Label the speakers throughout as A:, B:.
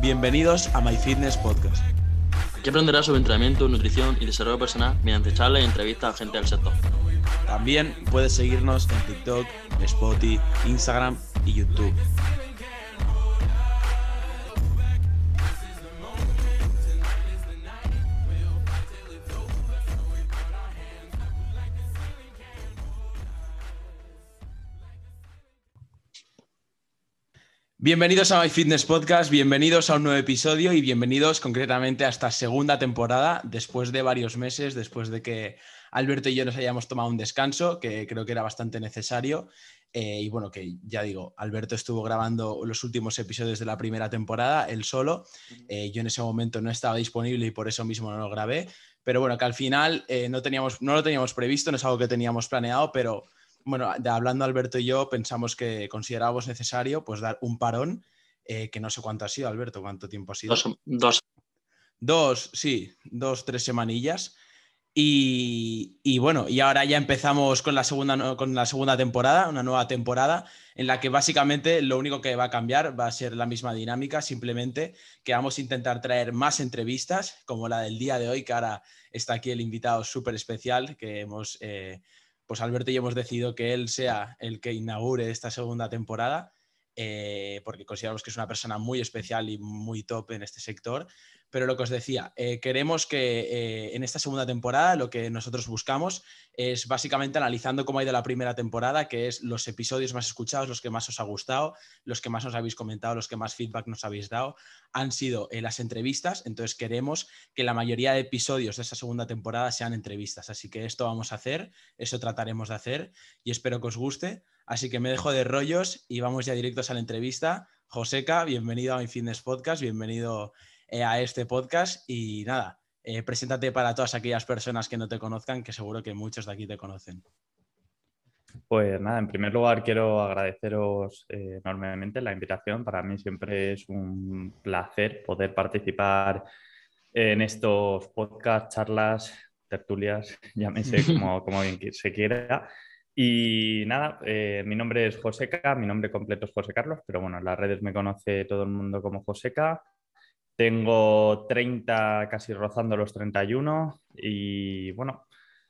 A: Bienvenidos a My Fitness Podcast.
B: Aquí aprenderás sobre entrenamiento, nutrición y desarrollo personal mediante charlas y entrevistas a gente del sector.
A: También puedes seguirnos en TikTok, Spotify, Instagram y YouTube. Bienvenidos a My Fitness Podcast, bienvenidos a un nuevo episodio y bienvenidos concretamente a esta segunda temporada, después de varios meses, después de que Alberto y yo nos hayamos tomado un descanso, que creo que era bastante necesario. Y bueno, que ya digo, Alberto estuvo grabando los últimos episodios de la primera temporada, él solo. Yo en ese momento no estaba disponible y por eso mismo no lo grabé. Pero bueno, que al final no lo teníamos previsto, no es algo que teníamos planeado, pero... Bueno, hablando Alberto y yo, pensamos que considerábamos necesario pues dar un parón, que no sé cuánto ha sido, Alberto, ¿cuánto tiempo ha sido? Dos, 3 semanillas. Y bueno, y ahora ya empezamos con la segunda temporada, una nueva temporada, en la que básicamente lo único que va a cambiar va a ser la misma dinámica, simplemente que vamos a intentar traer más entrevistas, como la del día de hoy, que ahora está aquí el invitado súper especial, que hemos... pues Alberto y yo hemos decidido que él sea el que inaugure esta segunda temporada, porque consideramos que es una persona muy especial y muy top en este sector. Pero lo que os decía, queremos que en esta segunda temporada lo que nosotros buscamos es básicamente analizando cómo ha ido la primera temporada, que es los episodios más escuchados, los que más os ha gustado, los que más os habéis comentado, los que más feedback nos habéis dado, han sido las entrevistas. Entonces queremos que la mayoría de episodios de esta segunda temporada sean entrevistas. Así que esto vamos a hacer, eso trataremos de hacer y espero que os guste. Así que me dejo de rollos y vamos ya directos a la entrevista. Joseca, bienvenido a My Fitness Podcast, bienvenido a este podcast y nada, preséntate para todas aquellas personas que no te conozcan, que seguro que muchos de aquí te conocen.
C: Pues nada, en primer lugar quiero agradeceros enormemente la invitación. Para mí siempre es un placer poder participar en estos podcasts, charlas, tertulias, llámese como bien se quiera. Y nada, mi nombre es Joseca, mi nombre completo es José Carlos, pero bueno, en las redes me conoce todo el mundo como Joseca. Tengo 30, casi rozando los 31 y bueno,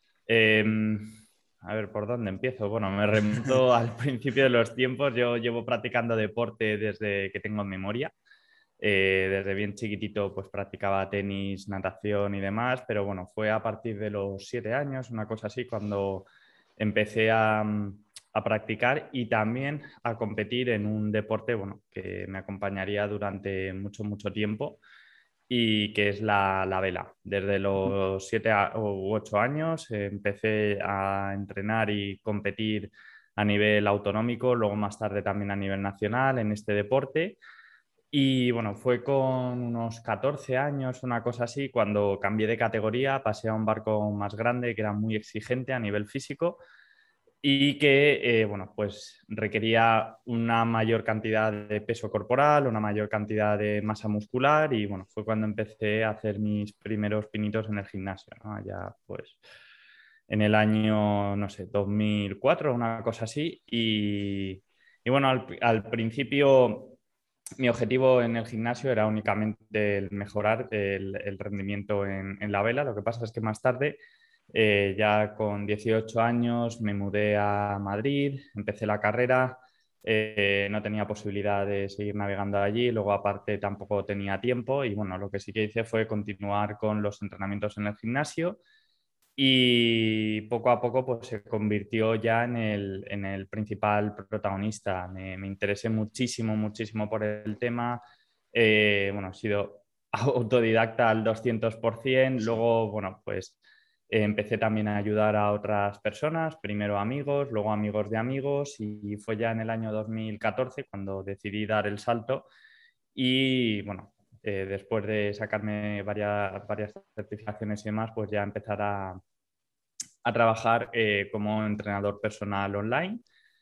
C: a ver por dónde empiezo. Bueno, me remonto al principio de los tiempos. Yo llevo practicando deporte desde que tengo memoria. Desde bien chiquitito pues practicaba tenis, natación y demás, pero bueno, fue a partir de los 7 años, una cosa así, cuando empecé a practicar y también a competir en un deporte, bueno, que me acompañaría durante mucho, mucho tiempo y que es la vela. Desde los 7 u 8 años empecé a entrenar y competir a nivel autonómico, luego más tarde también a nivel nacional en este deporte. Y bueno, fue con unos 14 años, una cosa así, cuando cambié de categoría, pasé a un barco más grande que era muy exigente a nivel físico y que, bueno, pues requería una mayor cantidad de peso corporal, una mayor cantidad de masa muscular y, bueno, fue cuando empecé a hacer mis primeros pinitos en el gimnasio, ¿no? Ya, pues, en el año, no sé, 2004, una cosa así. Y bueno, al principio mi objetivo en el gimnasio era únicamente el mejorar el rendimiento en la vela. Lo que pasa es que más tarde ya con 18 años me mudé a Madrid, empecé la carrera, no tenía posibilidad de seguir navegando allí, luego aparte tampoco tenía tiempo y bueno, lo que sí que hice fue continuar con los entrenamientos en el gimnasio y poco a poco pues, se convirtió ya en el principal protagonista. Me interesé muchísimo, muchísimo por el tema. Bueno, he sido autodidacta al 200%. Luego, bueno, pues empecé también a ayudar a otras personas, primero amigos, luego amigos de amigos y fue ya en el año 2014 cuando decidí dar el salto y bueno, después de sacarme varias certificaciones y demás, pues ya empezar a trabajar como entrenador personal online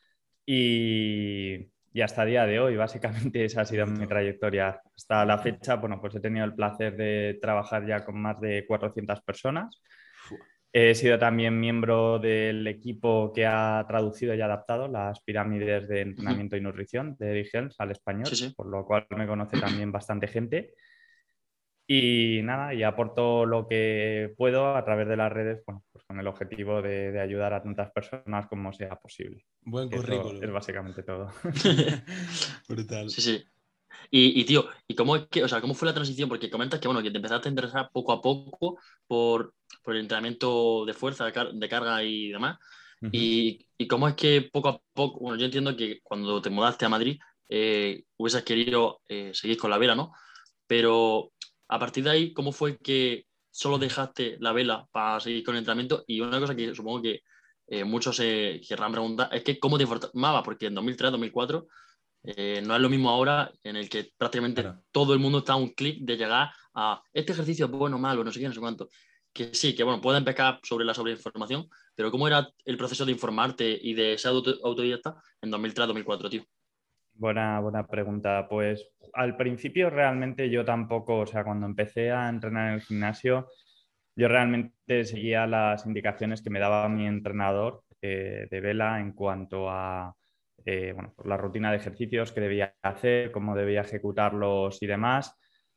C: y hasta el día de hoy, básicamente esa ha sido mi trayectoria. Hasta la fecha, bueno, pues he tenido el placer de trabajar ya con más de 400 personas He sido también miembro del equipo que ha traducido y adaptado las pirámides de entrenamiento y nutrición de Eric Helms al
B: Sí,
C: español,
B: sí.
C: por lo cual me conoce también bastante gente. Y nada, y aporto lo que puedo a través de las redes, bueno, pues con el objetivo de ayudar a tantas personas como sea posible.
A: Buen
C: Eso
A: currículum.
C: es básicamente todo.
A: Brutal.
B: Sí, sí. Y tío, ¿y cómo es que, o sea, cómo fue la transición? Porque comentas que, bueno, que te empezaste a interesar poco a poco por el entrenamiento de fuerza, de carga y demás.
C: Ujú.
B: Y cómo es que poco a poco, bueno, yo entiendo que cuando te mudaste a Madrid hubieses querido seguir con la vela, ¿no? Pero a partir de ahí, ¿cómo fue que solo dejaste la vela para seguir con el entrenamiento? Y una cosa que supongo que muchos se querrán preguntar es que ¿cómo te formabas? Porque en 2003, 2004 no es lo mismo ahora en el que prácticamente
A: Claro.
B: todo el mundo está a un clic de llegar a este ejercicio es bueno, malo, no sé qué, no sé cuánto. Que sí, que bueno, pueden pecar sobre la sobreinformación, pero ¿cómo era el proceso de informarte y de ser autodidacta en 2003, 2004, tío?
C: Buena pregunta. Pues al principio realmente yo tampoco, o sea, cuando empecé a entrenar en el gimnasio, yo realmente seguía las indicaciones que me daba mi entrenador de vela en cuanto a bueno, pues la rutina de ejercicios que debía hacer, cómo debía ejecutarlos y demás.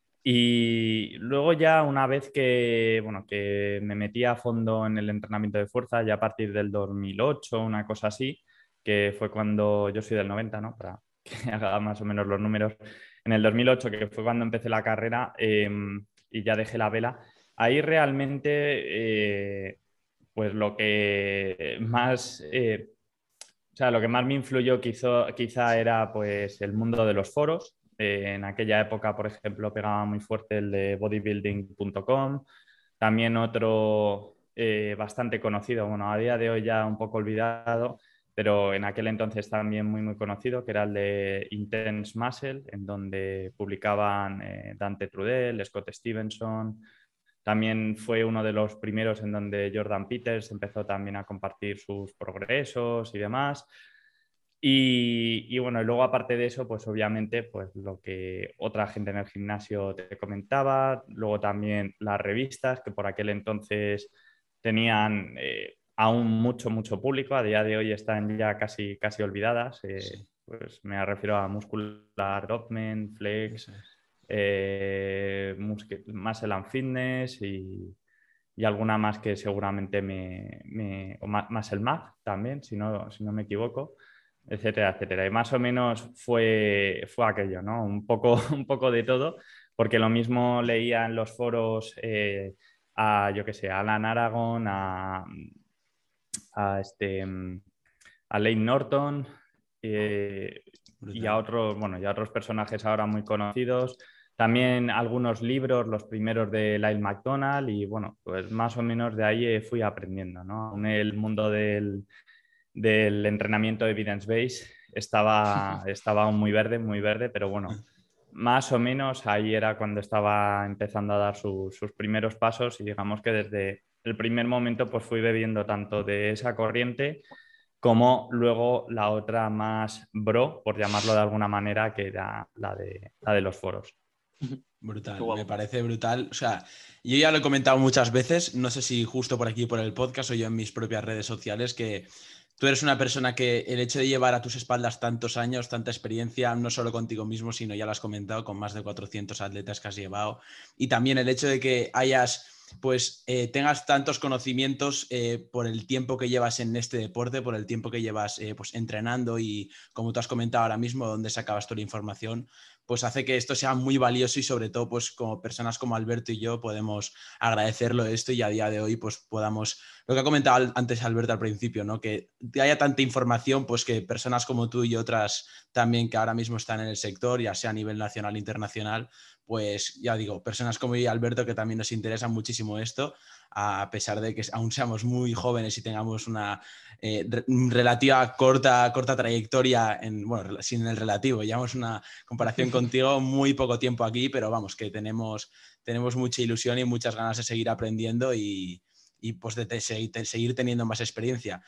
C: Y luego ya una vez que, bueno, que me metí a fondo en el entrenamiento de fuerza, ya a partir del 2008, una cosa así, que fue cuando yo soy del 90, ¿no? Para que haga más o menos los números. En el 2008, que fue cuando empecé la carrera y ya dejé la vela, ahí realmente, pues lo que más, o sea, lo que más me influyó quizá era pues el mundo de los foros. En aquella época, por ejemplo, pegaba muy fuerte el de bodybuilding.com. También otro bastante conocido, bueno, a día de hoy ya un poco olvidado, pero en aquel entonces también muy conocido, que era el de Intense Muscle, en donde publicaban Dante Trudel, Scott Stevenson. También fue uno de los primeros en donde Jordan Peters empezó también a compartir sus progresos y demás. Y bueno, y luego aparte de eso, pues obviamente, pues lo que otra gente en el gimnasio te comentaba, luego también las revistas que por aquel entonces tenían aún mucho público, a día de hoy están ya casi olvidadas,
A: Sí,
C: pues me refiero a Muscular Development, Flex,
A: eso es.
C: Muscle and Fitness y alguna más que seguramente o más el MAG también, si no me equivoco, etcétera, etcétera. Y más o menos fue aquello, ¿no? Un poco de todo, porque lo mismo leía en los foros yo qué sé, a Alan Aragon, a, este, a Lane Norton y a
A: Brutal.
C: otros, bueno, y a otros personajes ahora muy conocidos. También algunos libros, los primeros de Lyle McDonald, y bueno, pues más o menos de ahí fui aprendiendo, ¿no? Aún el mundo del entrenamiento evidence-based estaba aún muy verde, pero bueno, más o menos ahí era cuando estaba empezando a dar sus primeros pasos y digamos que desde el primer momento pues fui bebiendo tanto de esa corriente como luego la otra más bro, por llamarlo de alguna manera, que era la de los foros.
B: Qué
A: Brutal, me
B: guapo.
A: parece brutal. O sea, yo ya lo he comentado muchas veces, no sé si justo por aquí, por el podcast o yo en mis propias redes sociales, que tú eres una persona que el hecho de llevar a tus espaldas tantos años, tanta experiencia, no solo contigo mismo, sino ya lo has comentado, con más de 400 atletas que has llevado, y también el hecho de que hayas, pues, tengas tantos conocimientos por el tiempo que llevas en este deporte, por el tiempo que llevas pues, entrenando y, como tú has comentado ahora mismo, dónde sacabas toda la información, pues hace que esto sea muy valioso y sobre todo pues como personas como Alberto y yo podemos agradecerlo esto y a día de hoy pues podamos, lo que ha comentado antes Alberto al principio, ¿no? Que haya tanta información pues que personas como tú y otras también que ahora mismo están en el sector, ya sea a nivel nacional e internacional, pues ya digo, personas como yo y Alberto que también nos interesa muchísimo esto, a pesar de que aún seamos muy jóvenes y tengamos una relativa corta trayectoria, bueno, sin el relativo, llevamos una comparación contigo muy poco tiempo aquí, pero vamos, que tenemos mucha ilusión y muchas ganas de seguir aprendiendo y pues de seguir teniendo más experiencia.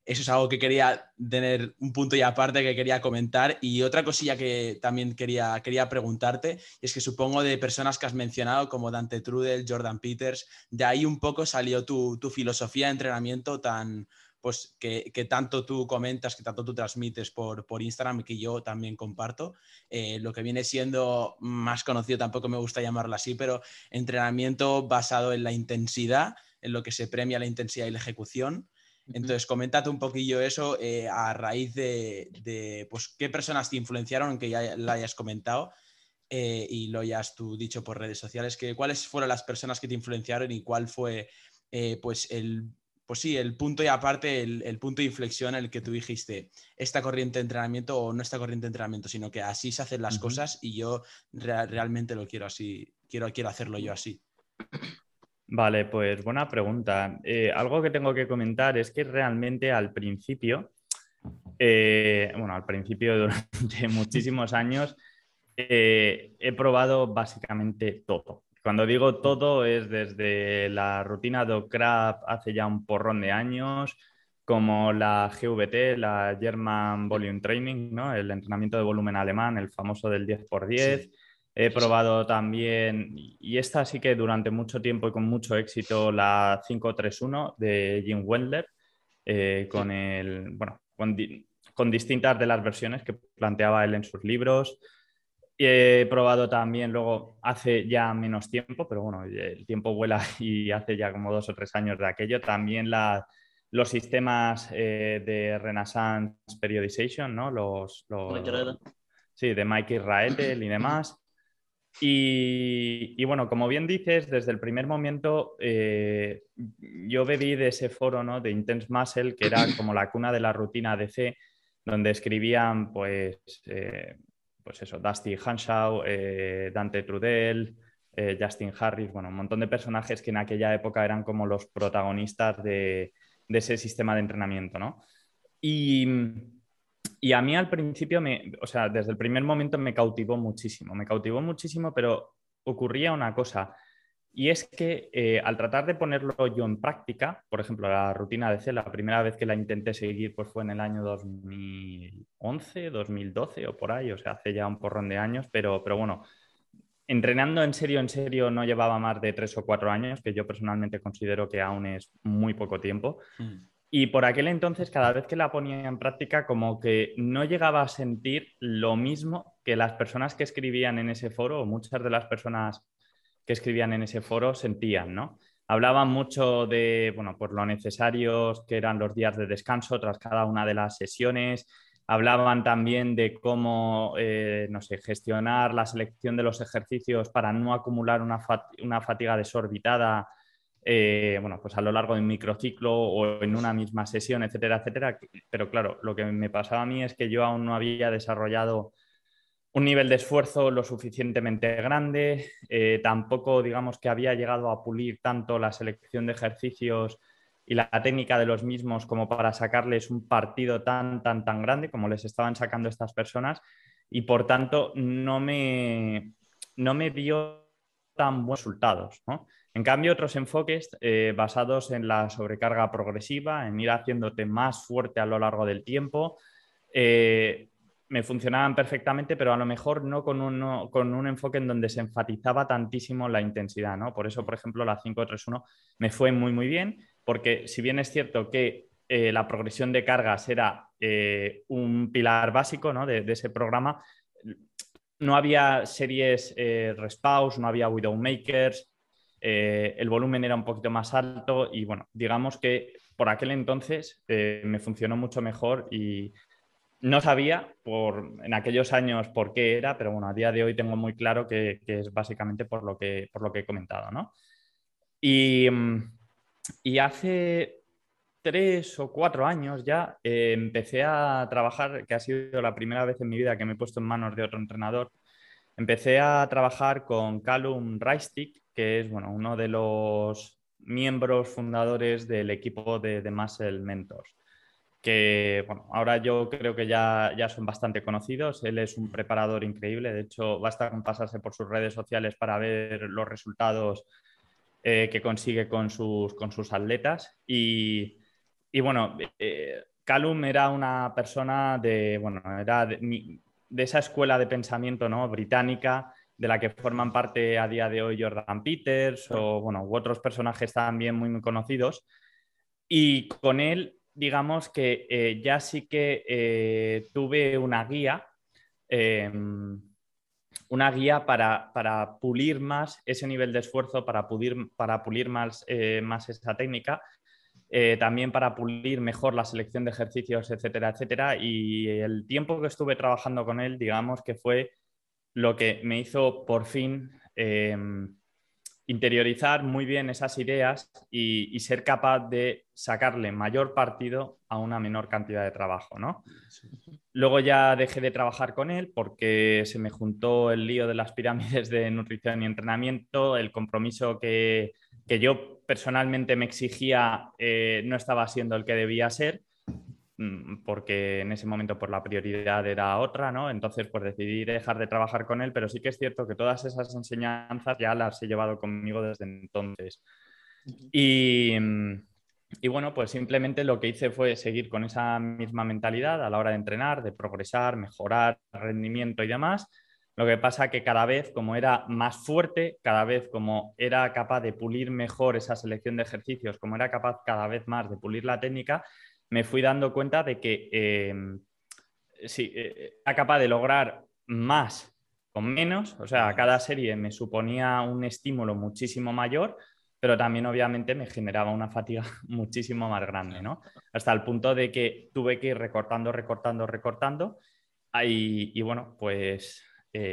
A: eso es algo que quería tener un punto y aparte que quería comentar. Y otra cosilla que también quería preguntarte es que supongo de personas que has mencionado como Dante Trudel, Jordan Peters, de ahí un poco salió tu filosofía de entrenamiento tan, pues que tanto tú comentas, que tanto tú transmites por Instagram y que yo también comparto. Lo que viene siendo más conocido, tampoco me gusta llamarlo así, pero entrenamiento basado en la intensidad, en lo que se premia la intensidad y la ejecución. Entonces, coméntate un poquillo eso a raíz de pues, qué personas te influenciaron, aunque ya lo hayas comentado y lo hayas tú dicho por redes sociales, que cuáles fueron las personas que te influenciaron y cuál fue pues el punto y aparte el punto de inflexión en el que tú dijiste esta corriente de entrenamiento o no esta corriente de entrenamiento, sino que así se hacen las cosas y yo realmente lo quiero así, quiero hacerlo yo así.
C: Vale, pues buena pregunta. Algo que tengo que comentar es que realmente al principio, durante muchísimos años, he probado básicamente todo. Cuando digo todo es desde la rutina de OCRAP hace ya un porrón de años, como la GVT, la German Volume Training, ¿no? El entrenamiento de volumen alemán, el famoso del 10x10.
A: Sí.
C: He probado también, y esta sí que durante mucho tiempo y con mucho éxito, la 531 de Jim Wendler, con distintas de las versiones que planteaba él en sus libros. Y he probado también luego, hace ya menos tiempo, pero bueno, el tiempo vuela y hace ya como 2 o 3 años de aquello, también los sistemas de Renaissance Periodization, ¿no? Sí, de Mike Israetel y demás. Y bueno, como bien dices, desde el primer momento yo bebí de ese foro, ¿no? De Intense Muscle, que era como la cuna de la rutina DC, donde escribían pues eso, Dusty Hanshaw, Dante Trudel, Justin Harris, bueno, un montón de personajes que en aquella época eran como los protagonistas de ese sistema de entrenamiento, ¿no? Y a mí al principio, o sea, desde el primer momento me cautivó muchísimo, pero ocurría una cosa, y es que al tratar de ponerlo yo en práctica, por ejemplo, la rutina de C, la primera vez que la intenté seguir pues fue en el año 2011, 2012 o por ahí, o sea, hace ya un porrón de años, pero bueno, entrenando en serio no llevaba más de 3 o 4 años, que yo personalmente considero que aún es muy poco tiempo. Y por aquel entonces, cada vez que la ponía en práctica, como que no llegaba a sentir lo mismo que las personas que escribían en ese foro, o muchas de las personas que escribían en ese foro sentían, ¿no? Hablaban mucho de, bueno, pues lo necesarios que eran los días de descanso tras cada una de las sesiones. Hablaban también de cómo, no sé, gestionar la selección de los ejercicios para no acumular una fatiga desorbitada, bueno, pues a lo largo de un microciclo o en una misma sesión, etcétera, etcétera. Pero claro, lo que me pasaba a mí es que yo aún no había desarrollado un nivel de esfuerzo lo suficientemente grande, tampoco digamos que había llegado a pulir tanto la selección de ejercicios y la técnica de los mismos como para sacarles un partido tan grande como les estaban sacando estas personas, y por tanto no me dio tan buenos resultados, ¿no? En cambio, otros enfoques basados en la sobrecarga progresiva, en ir haciéndote más fuerte a lo largo del tiempo, me funcionaban perfectamente, pero a lo mejor no con un enfoque en donde se enfatizaba tantísimo la intensidad, ¿no? Por eso, por ejemplo, la 531 me fue muy bien, porque si bien es cierto que la progresión de cargas era un pilar básico, ¿no? de ese programa, no había series respaws, no había widowmakers, el volumen era un poquito más alto y bueno, digamos que por aquel entonces me funcionó mucho mejor y no sabía en aquellos años por qué era, pero bueno, a día de hoy tengo muy claro que es básicamente por lo que he comentado, ¿no? Y hace 3 o 4 años ya empecé a trabajar, que ha sido la primera vez en mi vida que me he puesto en manos de otro entrenador. Empecé a trabajar con Callum Reistig, que es bueno, uno de los miembros fundadores del equipo de Muscle Mentors, que bueno, ahora yo creo que ya son bastante conocidos. Él es un preparador increíble, de hecho basta con pasarse por sus redes sociales para ver los resultados que consigue con sus atletas. Y bueno, Callum era una persona era de esa escuela de pensamiento, ¿no? británica, de la que forman parte a día de hoy Jordan Peters u otros personajes también muy, muy conocidos. Y con él, digamos que ya sí que tuve una guía para pulir más ese nivel de esfuerzo, para pulir más esa técnica, también para pulir mejor la selección de ejercicios, etcétera, etcétera. Y el tiempo que estuve trabajando con él, digamos que fue lo que me hizo por fin interiorizar muy bien esas ideas y ser capaz de sacarle mayor partido a una menor cantidad de trabajo, ¿no? Luego ya dejé de trabajar con él porque se me juntó el lío de las pirámides de nutrición y entrenamiento, el compromiso que yo personalmente me exigía no estaba siendo el que debía ser, porque en ese momento pues, la prioridad era otra, ¿no? Entonces pues decidí dejar de trabajar con él, pero sí que es cierto que todas esas enseñanzas ya las he llevado conmigo desde entonces. Y bueno, pues simplemente lo que hice fue seguir con esa misma mentalidad a la hora de entrenar, de progresar, mejorar rendimiento y demás. Lo que pasa que cada vez, como era más fuerte, cada vez como era capaz de pulir mejor esa selección de ejercicios, como era capaz cada vez más de pulir la técnica, me fui dando cuenta de que era capaz de lograr más con menos. O sea, cada serie me suponía un estímulo muchísimo mayor, pero también obviamente me generaba una fatiga muchísimo más grande, ¿no? Hasta el punto de que tuve que ir recortando. Y bueno, pues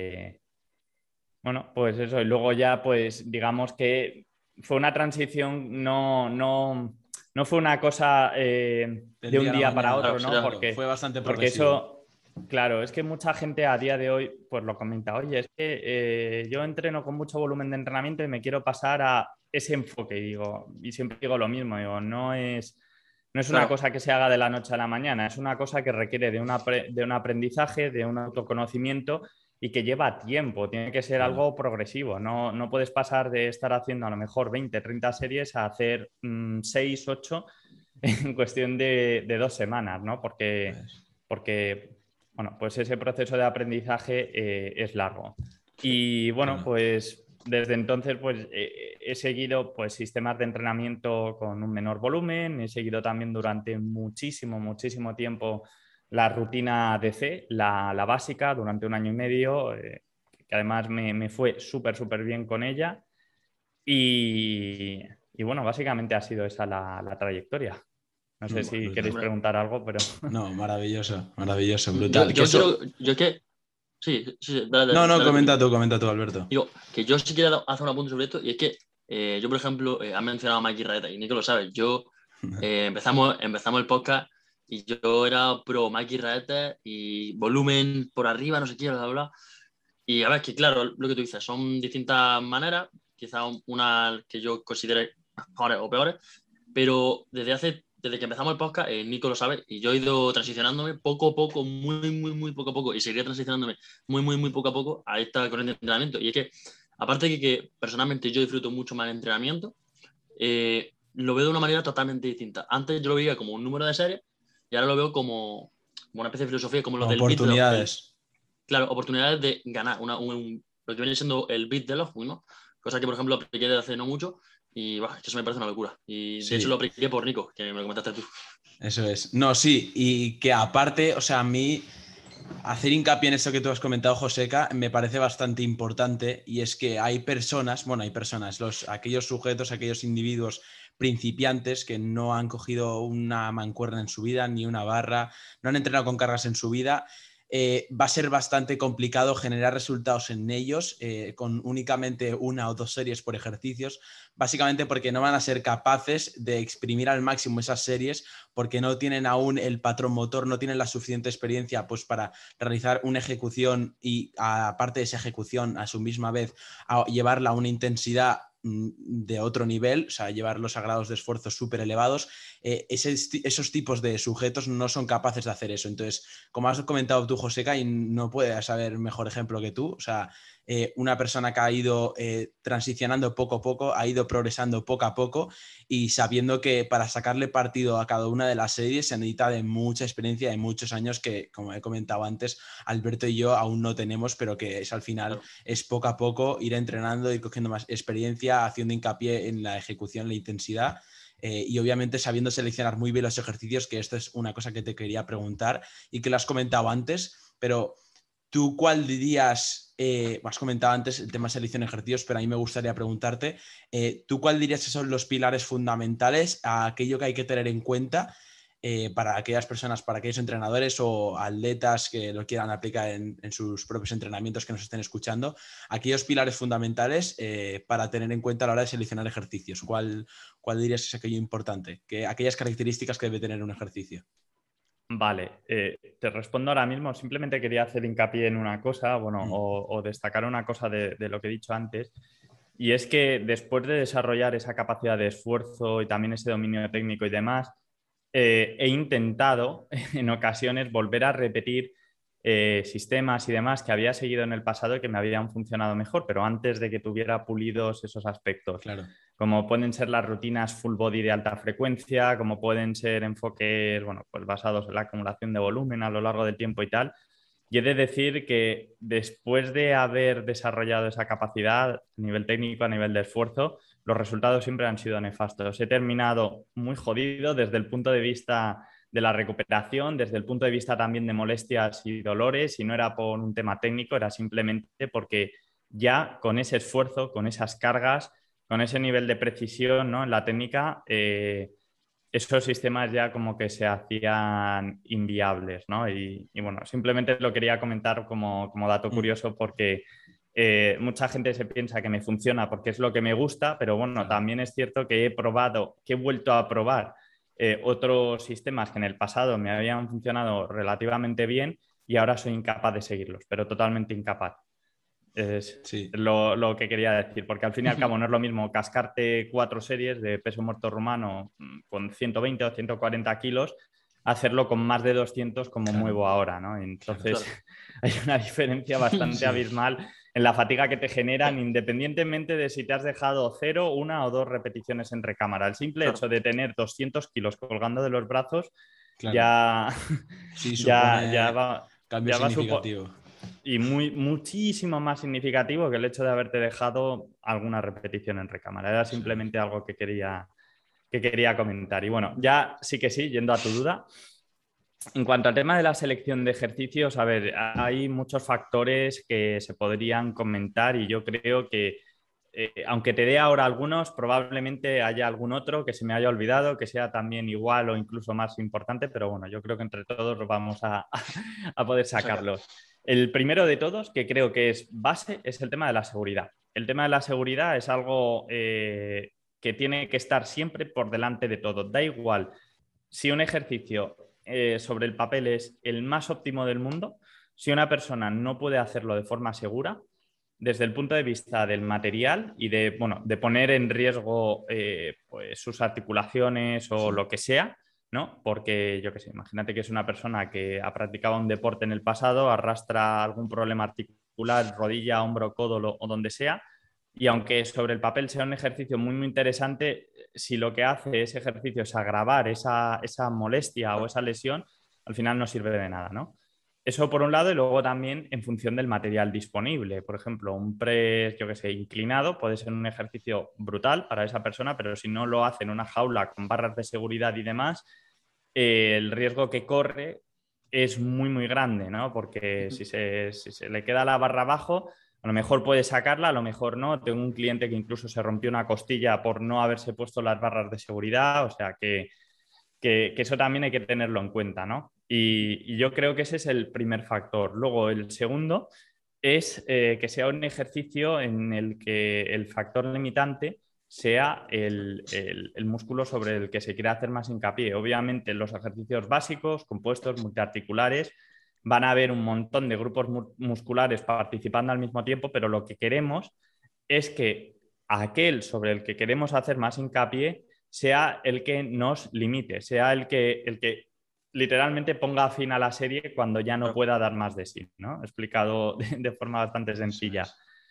C: eso. Y luego ya, pues digamos que fue una transición, no fue una cosa de un día para otro, ¿no?
A: Fue bastante
C: porque
A: progresivo.
C: claro, es que mucha gente a día de hoy pues lo comenta, oye, es que yo entreno con mucho volumen de entrenamiento y me quiero pasar a ese enfoque. Y siempre digo lo mismo, no es una cosa que se haga de la noche a la mañana, es una cosa que requiere de un aprendizaje, de un autoconocimiento y que lleva tiempo, tiene que ser algo progresivo. No puedes pasar de estar haciendo a lo mejor 20, 30 series a hacer 6, 8 en cuestión de 2 semanas, ¿no? Porque bueno, pues ese proceso de aprendizaje es largo. Y bueno, pues desde entonces pues he seguido pues sistemas de entrenamiento con un menor volumen, he seguido también durante muchísimo tiempo la rutina DC, la básica, durante 1 año y medio, que además me fue súper bien con ella. Y bueno, básicamente ha sido esa la trayectoria. No sé si queréis preguntar algo, pero...
A: No, maravilloso, brutal.
B: Sí, dale,
A: No, comenta tú, Alberto.
B: Digo, que yo sí quiero hacer un apunte sobre esto, y es que yo, por ejemplo, has mencionado a Mikey Raeta, y Nico lo sabe, empezamos el podcast y yo era pro Mikey Raeta y volumen por arriba, no sé qué, bla, bla, bla. Y a ver, que claro, lo que tú dices, son distintas maneras, quizá una que yo considere mejores o peores, pero desde que empezamos el podcast, Nico lo sabe, y yo he ido transicionándome poco a poco, muy poco a poco, y seguiré transicionándome muy poco a poco a esta corriente de entrenamiento. Y es que, aparte de que personalmente yo disfruto mucho más el entrenamiento, lo veo de una manera totalmente distinta. Antes yo lo veía como un número de series, y ahora lo veo como una especie de filosofía, como lo del
A: oportunidades.
B: Claro, oportunidades de ganar lo que viene siendo el beat de los ¿no? Cosa que, por ejemplo, apliqué desde hace no mucho y es que eso me parece una locura. Y de hecho lo apliqué por Nico, que me lo comentaste tú.
A: Eso es. No, sí, y que aparte, o sea, a mí hacer hincapié en esto que tú has comentado, Joseca, me parece bastante importante, y es que hay aquellos sujetos, aquellos individuos principiantes que no han cogido una mancuerna en su vida, ni una barra, no han entrenado con cargas en su vida. Va a ser bastante complicado generar resultados en ellos con únicamente 1 o 2 series por ejercicios, básicamente porque no van a ser capaces de exprimir al máximo esas series, porque no tienen aún el patrón motor, no tienen la suficiente experiencia pues, para realizar una ejecución y, aparte de esa ejecución, a su misma vez, a llevarla a una intensidad de otro nivel, o sea, llevar los grados de esfuerzo súper elevados. Esos tipos de sujetos no son capaces de hacer eso. Entonces, como has comentado tú, Joseca, y no puedes saber mejor ejemplo que tú, o sea, una persona que ha ido transicionando poco a poco, ha ido progresando poco a poco y sabiendo que para sacarle partido a cada una de las series se necesita de mucha experiencia, de muchos años que, como he comentado antes, Alberto y yo aún no tenemos, pero que es al final es poco a poco ir entrenando, ir cogiendo más experiencia, haciendo hincapié en la ejecución, la intensidad. Y obviamente sabiendo seleccionar muy bien los ejercicios, que esto es una cosa que te quería preguntar y que lo has comentado antes, pero ¿tú cuál dirías, has comentado antes el tema de selección de ejercicios, pero a mí me gustaría preguntarte, ¿tú cuál dirías que son los pilares fundamentales a aquello que hay que tener en cuenta para aquellas personas, para aquellos entrenadores o atletas que lo quieran aplicar en sus propios entrenamientos que nos estén escuchando, aquellos pilares fundamentales para tener en cuenta a la hora de seleccionar ejercicios? ¿Cuál dirías que es aquello importante? Aquellas características que debe tener un ejercicio.
C: Vale, te respondo ahora mismo. Simplemente quería hacer hincapié en una cosa, bueno, o destacar una cosa de lo que he dicho antes, y es que después de desarrollar esa capacidad de esfuerzo y también ese dominio técnico y demás, he intentado en ocasiones volver a repetir sistemas y demás que había seguido en el pasado y que me habían funcionado mejor, pero antes de que tuviera pulidos esos aspectos.
A: Claro.
C: Como pueden ser las rutinas full body de alta frecuencia, como pueden ser enfoques, bueno, pues basados en la acumulación de volumen a lo largo del tiempo y tal. Y he de decir que después de haber desarrollado esa capacidad a nivel técnico, a nivel de esfuerzo, los resultados siempre han sido nefastos. He terminado muy jodido desde el punto de vista de la recuperación, desde el punto de vista también de molestias y dolores, y no era por un tema técnico, era simplemente porque ya con ese esfuerzo, con esas cargas, con ese nivel de precisión, ¿no?, en la técnica, esos sistemas ya como que se hacían inviables, ¿no? Y bueno, simplemente lo quería comentar como dato curioso porque mucha gente se piensa que me funciona porque es lo que me gusta, pero bueno,
A: Claro.
C: También es cierto que he vuelto a probar otros sistemas que en el pasado me habían funcionado relativamente bien y ahora soy incapaz de seguirlos, pero totalmente incapaz. Es
A: Sí.
C: lo que quería decir, porque al fin y al cabo no es lo mismo cascarte 4 series de peso muerto rumano con 120 o 140 kilos, hacerlo con más de 200 como
A: Claro.
C: muevo ahora, ¿no? Entonces
B: Claro.
C: hay una diferencia bastante
A: Sí.
C: abismal en la fatiga que te generan, independientemente de si te has dejado 0, 1 o 2 repeticiones en recámara. El simple hecho de tener 200 kilos colgando de los brazos
A: Claro.
C: ya,
A: Sí,
C: ya
A: supone
C: va,
A: cambio
C: ya va
A: significativo.
C: y muchísimo más significativo que el hecho de haberte dejado alguna repetición en recámara. Era
A: Sí.
C: simplemente algo que quería comentar. Y bueno, ya sí que sí, yendo a tu duda. En cuanto al tema de la selección de ejercicios, a ver, hay muchos factores que se podrían comentar y yo creo que, aunque te dé ahora algunos, probablemente haya algún otro que se me haya olvidado, que sea también igual o incluso más importante, pero bueno, yo creo que entre todos vamos a poder sacarlos. El primero de todos, que creo que es base, es el tema de la seguridad. El tema de la seguridad es algo que tiene que estar siempre por delante de todo. Da igual si un ejercicio sobre el papel es el más óptimo del mundo, si una persona no puede hacerlo de forma segura, desde el punto de vista del material y de poner en riesgo pues sus articulaciones o lo que sea, ¿no? Porque yo qué sé, imagínate que es una persona que ha practicado un deporte en el pasado, arrastra algún problema articular, rodilla, hombro, codo o donde sea, y aunque sobre el papel sea un ejercicio muy, muy interesante, si lo que hace ese ejercicio es agravar esa molestia o esa lesión, al final no sirve de nada, ¿no? Eso por un lado, y luego también en función del material disponible. Por ejemplo, un press, yo que sé, inclinado puede ser un ejercicio brutal para esa persona, pero si no lo hace en una jaula con barras de seguridad y demás, el riesgo que corre es muy, muy grande, ¿no? Porque si se le queda la barra abajo, a lo mejor puede sacarla, a lo mejor no. Tengo un cliente que incluso se rompió una costilla por no haberse puesto las barras de seguridad, o sea que eso también hay que tenerlo en cuenta, ¿no? Y yo creo que ese es el primer factor. Luego, el segundo es que sea un ejercicio en el que el factor limitante sea el músculo sobre el que se quiere hacer más hincapié. Obviamente, los ejercicios básicos, compuestos, multiarticulares, van a haber un montón de grupos musculares participando al mismo tiempo, pero lo que queremos es que aquel sobre el que queremos hacer más hincapié sea el que nos limite, sea el que literalmente ponga fin a la serie cuando ya no pueda dar más de sí, ¿no? Explicado de forma bastante
A: Eso
C: sencilla.
A: es.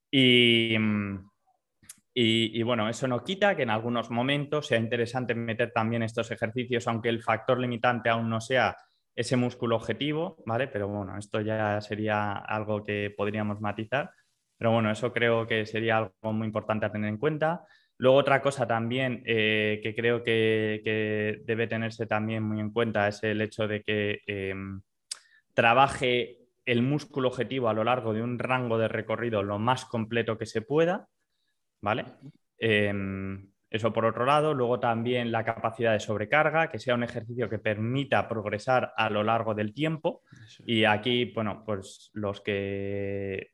C: Y, y bueno, eso no quita que en algunos momentos sea interesante meter también estos ejercicios, aunque el factor limitante aún no sea ese músculo objetivo, ¿vale? Pero bueno, esto ya sería algo que podríamos matizar. Pero bueno, eso creo que sería algo muy importante a tener en cuenta. Luego otra cosa también que creo que debe tenerse también muy en cuenta es el hecho de que trabaje el músculo objetivo a lo largo de un rango de recorrido lo más completo que se pueda, ¿vale? Eso por otro lado. Luego también la capacidad de sobrecarga, que sea un ejercicio que permita progresar a lo largo del tiempo. Y aquí, bueno, pues los que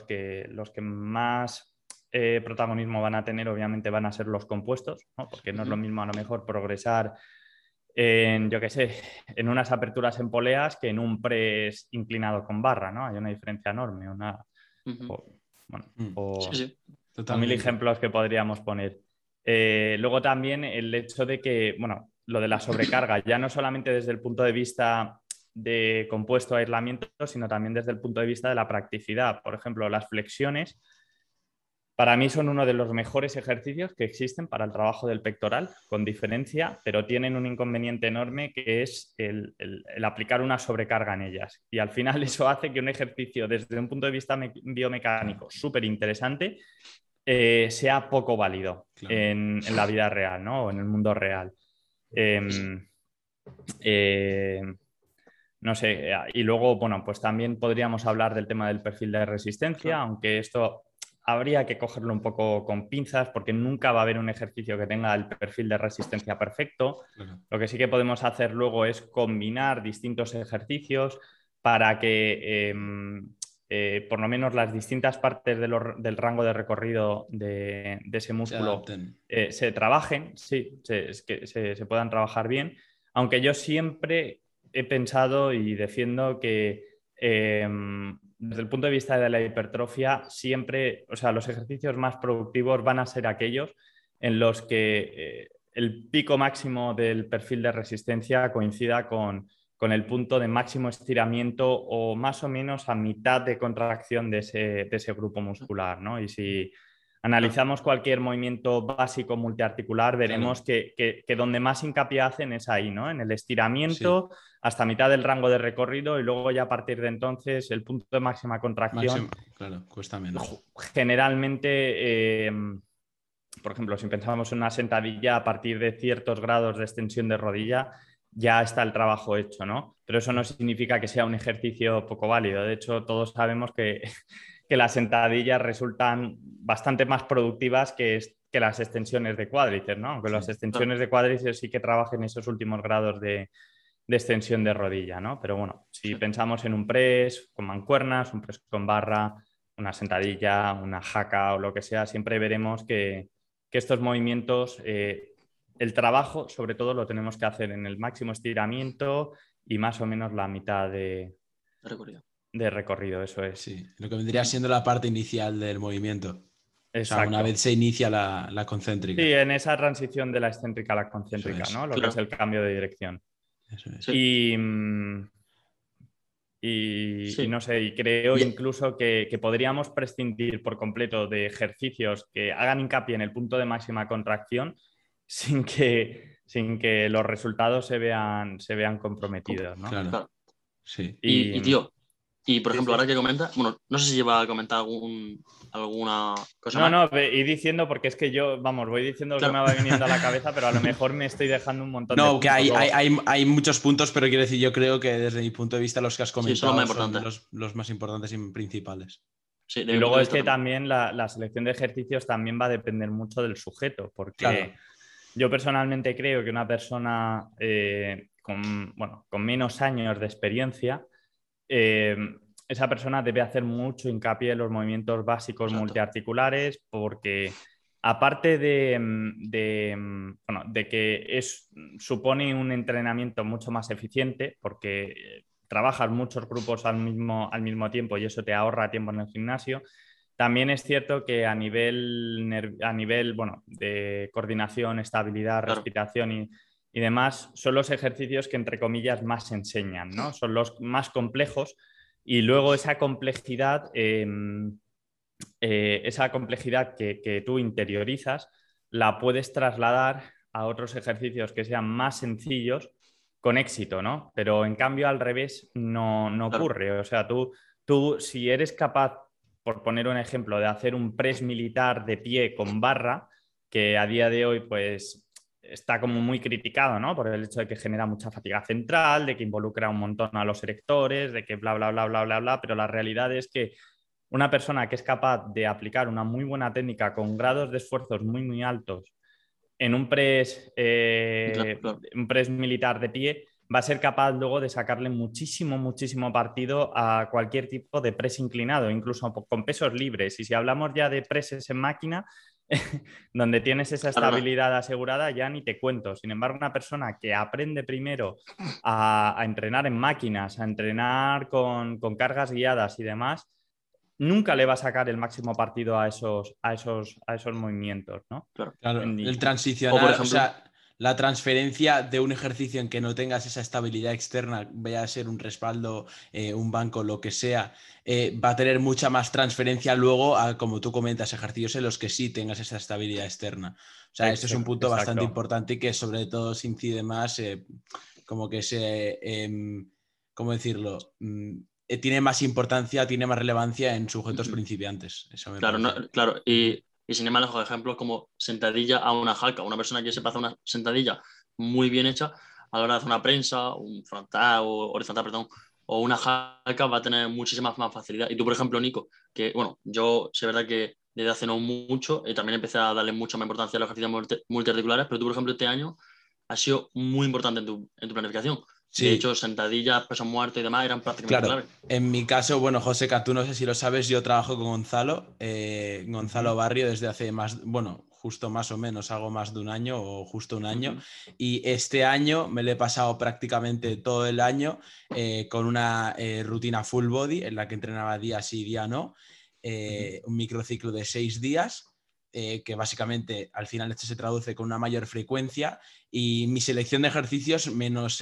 C: más protagonismo van a tener, obviamente, van a ser los compuestos, ¿no? Porque no es lo mismo a lo mejor progresar en, yo qué sé, en unas aperturas en poleas que en un press inclinado con barra, ¿no? Hay una diferencia enorme. Bueno,
B: Sí, sí.
C: o mil ejemplos que podríamos poner. Luego también el hecho de que, bueno, lo de la sobrecarga, ya no solamente desde el punto de vista de compuesto aislamiento, sino también desde el punto de vista de la practicidad. Por ejemplo, las flexiones para mí son uno de los mejores ejercicios que existen para el trabajo del pectoral, con diferencia, pero tienen un inconveniente enorme que es el aplicar una sobrecarga en ellas. Y al final eso hace que un ejercicio desde un punto de vista biomecánico súper interesante sea poco válido en la vida real, ¿no? O en el mundo real. No sé, y luego, bueno, pues también podríamos hablar del tema del perfil de resistencia, aunque esto habría que cogerlo un poco con pinzas porque nunca va a haber un ejercicio que tenga el perfil de resistencia perfecto. Lo que sí que podemos hacer luego es combinar distintos ejercicios para que por lo menos las distintas partes del rango de recorrido de ese músculo se trabajen, sí, que se puedan trabajar bien, aunque yo siempre he pensado y defiendo que desde el punto de vista de la hipertrofia, siempre, o sea, los ejercicios más productivos van a ser aquellos en los que el pico máximo del perfil de resistencia coincida con el punto de máximo estiramiento o más o menos a mitad de contracción de ese grupo muscular, ¿no? Y si analizamos cualquier movimiento básico multiarticular, veremos que donde más hincapié hacen es ahí, ¿no? En el estiramiento hasta mitad del rango de recorrido y luego ya a partir de entonces el punto de máxima contracción.
A: Cuesta menos.
C: Generalmente, por ejemplo, si pensamos en una sentadilla, a partir de ciertos grados de extensión de rodilla ya está el trabajo hecho, ¿no? Pero eso no significa que sea un ejercicio poco válido. De hecho, todos sabemos que las sentadillas resultan bastante más productivas que las extensiones de cuádriceps, ¿no? Aunque las extensiones de cuádriceps sí que trabajen esos últimos grados de extensión de rodilla, ¿no? Pero bueno, si pensamos en un press con mancuernas, un press con barra, una sentadilla, una jaca o lo que sea, siempre veremos que estos movimientos, el trabajo sobre todo lo tenemos que hacer en el máximo estiramiento y más o menos la mitad de recorrido, eso es.
A: Sí, lo que vendría siendo la parte inicial del movimiento.
C: Exacto.
A: O sea, una vez se inicia la concéntrica.
C: Sí, en esa transición de la excéntrica a la concéntrica, ¿no? Lo que es el cambio de dirección.
A: Eso es.
C: Y no sé, y creo incluso que podríamos prescindir por completo de ejercicios que hagan hincapié en el punto de máxima contracción sin que los resultados se vean comprometidos, ¿no?
A: Claro. Sí.
B: Y tío, y por ejemplo, ahora que comenta, bueno, no sé si lleva a comentar alguna cosa más.
C: No, y diciendo, porque es que yo, vamos, voy diciendo lo que me va viniendo a la cabeza, pero a lo mejor me estoy dejando un montón de puntos.
A: Que hay muchos puntos, pero quiero decir, yo creo que desde mi punto de vista los que has comentado son los más importantes y principales.
C: Sí, y luego es que también la selección de ejercicios también va a depender mucho del sujeto, porque yo personalmente creo que una persona con menos años de experiencia, esa persona debe hacer mucho hincapié en los movimientos básicos multiarticulares, porque aparte de que supone un entrenamiento mucho más eficiente, porque trabajas muchos grupos al mismo tiempo y eso te ahorra tiempo en el gimnasio. También es cierto que a nivel de coordinación, estabilidad, respiración y demás, son los ejercicios que, entre comillas, más enseñan, ¿no? Son los más complejos y luego esa complejidad esa complejidad que tú interiorizas la puedes trasladar a otros ejercicios que sean más sencillos con éxito, ¿no? Pero en cambio al revés no
B: Claro,
C: ocurre. O sea, tú si eres capaz, por poner un ejemplo, de hacer un press militar de pie con barra, que a día de hoy pues está como muy criticado, ¿no? Por el hecho de que genera mucha fatiga central, de que involucra un montón a los erectores, de que bla, bla, bla, bla, bla, bla, pero la realidad es que una persona que es capaz de aplicar una muy buena técnica con grados de esfuerzos muy, muy altos en
B: claro, claro.
C: un press militar de pie, va a ser capaz luego de sacarle muchísimo, muchísimo partido a cualquier tipo de press inclinado, incluso con pesos libres. Y si hablamos ya de presses en máquina, donde tienes esa
B: Claro, no.
C: estabilidad asegurada, ya ni te cuento. Sin embargo, una persona que aprende primero a entrenar en máquinas, a entrenar con cargas guiadas y demás, nunca le va a sacar el máximo partido a esos movimientos, ¿no?
B: Claro.
A: Claro, el
B: O por
A: transicionar, o
B: ejemplo,
A: sea, la transferencia de un ejercicio en que no tengas esa estabilidad externa, vaya a ser un respaldo, un banco, lo que sea, va a tener mucha más transferencia luego a, como tú comentas, ejercicios en los que sí tengas esa estabilidad externa. O sea, esto es un punto bastante
C: Exacto.
A: importante y que sobre todo se incide más, como que ¿cómo decirlo? Tiene más importancia, tiene más relevancia en sujetos
B: ujú,
A: principiantes. Eso me
B: claro,
A: parece.
B: claro.
A: Ujú.
B: Y sin embargo, ejemplos como sentadilla a una jaca. Una persona que sepa hacer una sentadilla muy bien hecha, a la hora de hacer una prensa, un frontal o horizontal, perdón, o una jaca va a tener muchísima más facilidad. Y tú, por ejemplo, Nico, que bueno, yo sé verdad que desde hace no mucho también empecé a darle mucha más importancia a los ejercicios multiarticulares, pero tú, por ejemplo, este año ha sido muy importante en tu planificación. De
A: Sí,
B: hecho, sentadillas, peso muerto y demás eran prácticamente
A: claro.
B: clave.
A: En mi caso, bueno, José, tú no sé si lo sabes, yo trabajo con Gonzalo,
C: Ujú,
A: Gonzalo Barrio, desde hace más, bueno, justo más o menos, algo más de un año o justo un año.
B: Ujú,
A: Y este año me lo he pasado prácticamente todo el año con una rutina full body en la que entrenaba día sí, día no,
C: ujú.
A: un microciclo de 6 días. Que básicamente al final esto se traduce con una mayor frecuencia y mi selección de ejercicios menos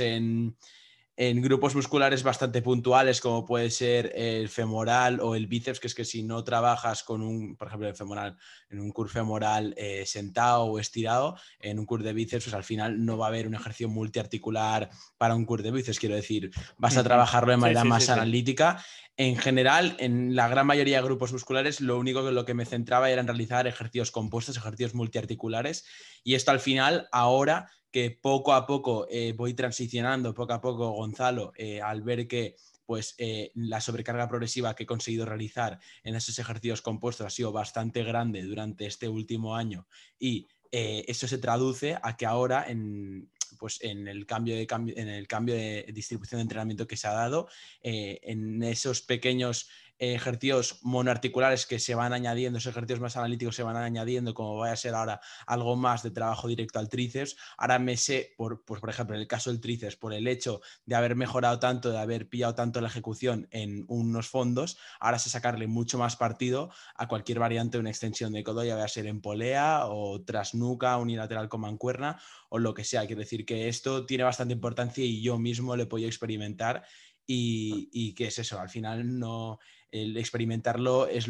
A: en grupos musculares bastante puntuales, como puede ser el femoral o el bíceps, que es que si no trabajas con un, por ejemplo, el femoral, en un curl femoral sentado o estirado, en un curl de bíceps, pues al final no va a haber un ejercicio multiarticular para un curl de bíceps, quiero decir, vas a
C: Ujú.
A: trabajarlo de
C: Sí,
A: manera
C: sí, sí,
A: más
C: sí.
A: analítica. En general, en la gran mayoría de grupos musculares, lo único que lo que me centraba era en realizar ejercicios compuestos, ejercicios multiarticulares, y esto al final, ahora que poco a poco voy transicionando, poco a poco, Gonzalo, al ver que pues la sobrecarga progresiva que he conseguido realizar en esos ejercicios compuestos ha sido bastante grande durante este último año y eso se traduce a que ahora pues en el en el cambio de distribución de entrenamiento que se ha dado, en esos pequeños ejercicios monoarticulares que se van añadiendo, esos ejercicios más analíticos se van añadiendo, como vaya a ser ahora algo más de trabajo directo al tríceps. Ahora me sé, pues, por ejemplo, en el caso del tríceps, por el hecho de haber mejorado tanto, de haber pillado tanto la ejecución en unos fondos, ahora sé sacarle mucho más partido a cualquier variante de una extensión de codo, ya vaya a ser en polea o tras nuca, unilateral con mancuerna o lo que sea. Quiero decir que esto tiene bastante importancia y yo mismo lo he podido experimentar y que es eso, al final no, el experimentarlo es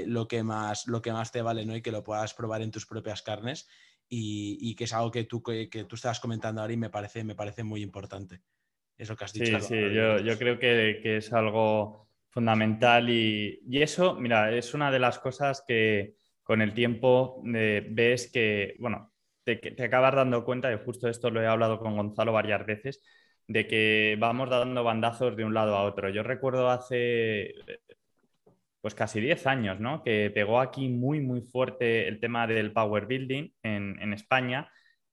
A: lo que más te vale, ¿no? Y que lo puedas probar en tus propias carnes y que es algo que tú estabas comentando ahora y me parece muy importante. Es lo que has dicho
C: Sí,
A: al
C: sí,
A: final de
C: yo
A: cuentas.
C: creo que es algo fundamental y eso, mira, es una de las cosas que con el tiempo ves que, bueno, te acabas dando cuenta, y justo esto lo he hablado con Gonzalo varias veces, de que vamos dando bandazos de un lado a otro. Yo recuerdo hace pues casi 10 años, ¿no? Que pegó aquí muy, muy fuerte el tema del power building en España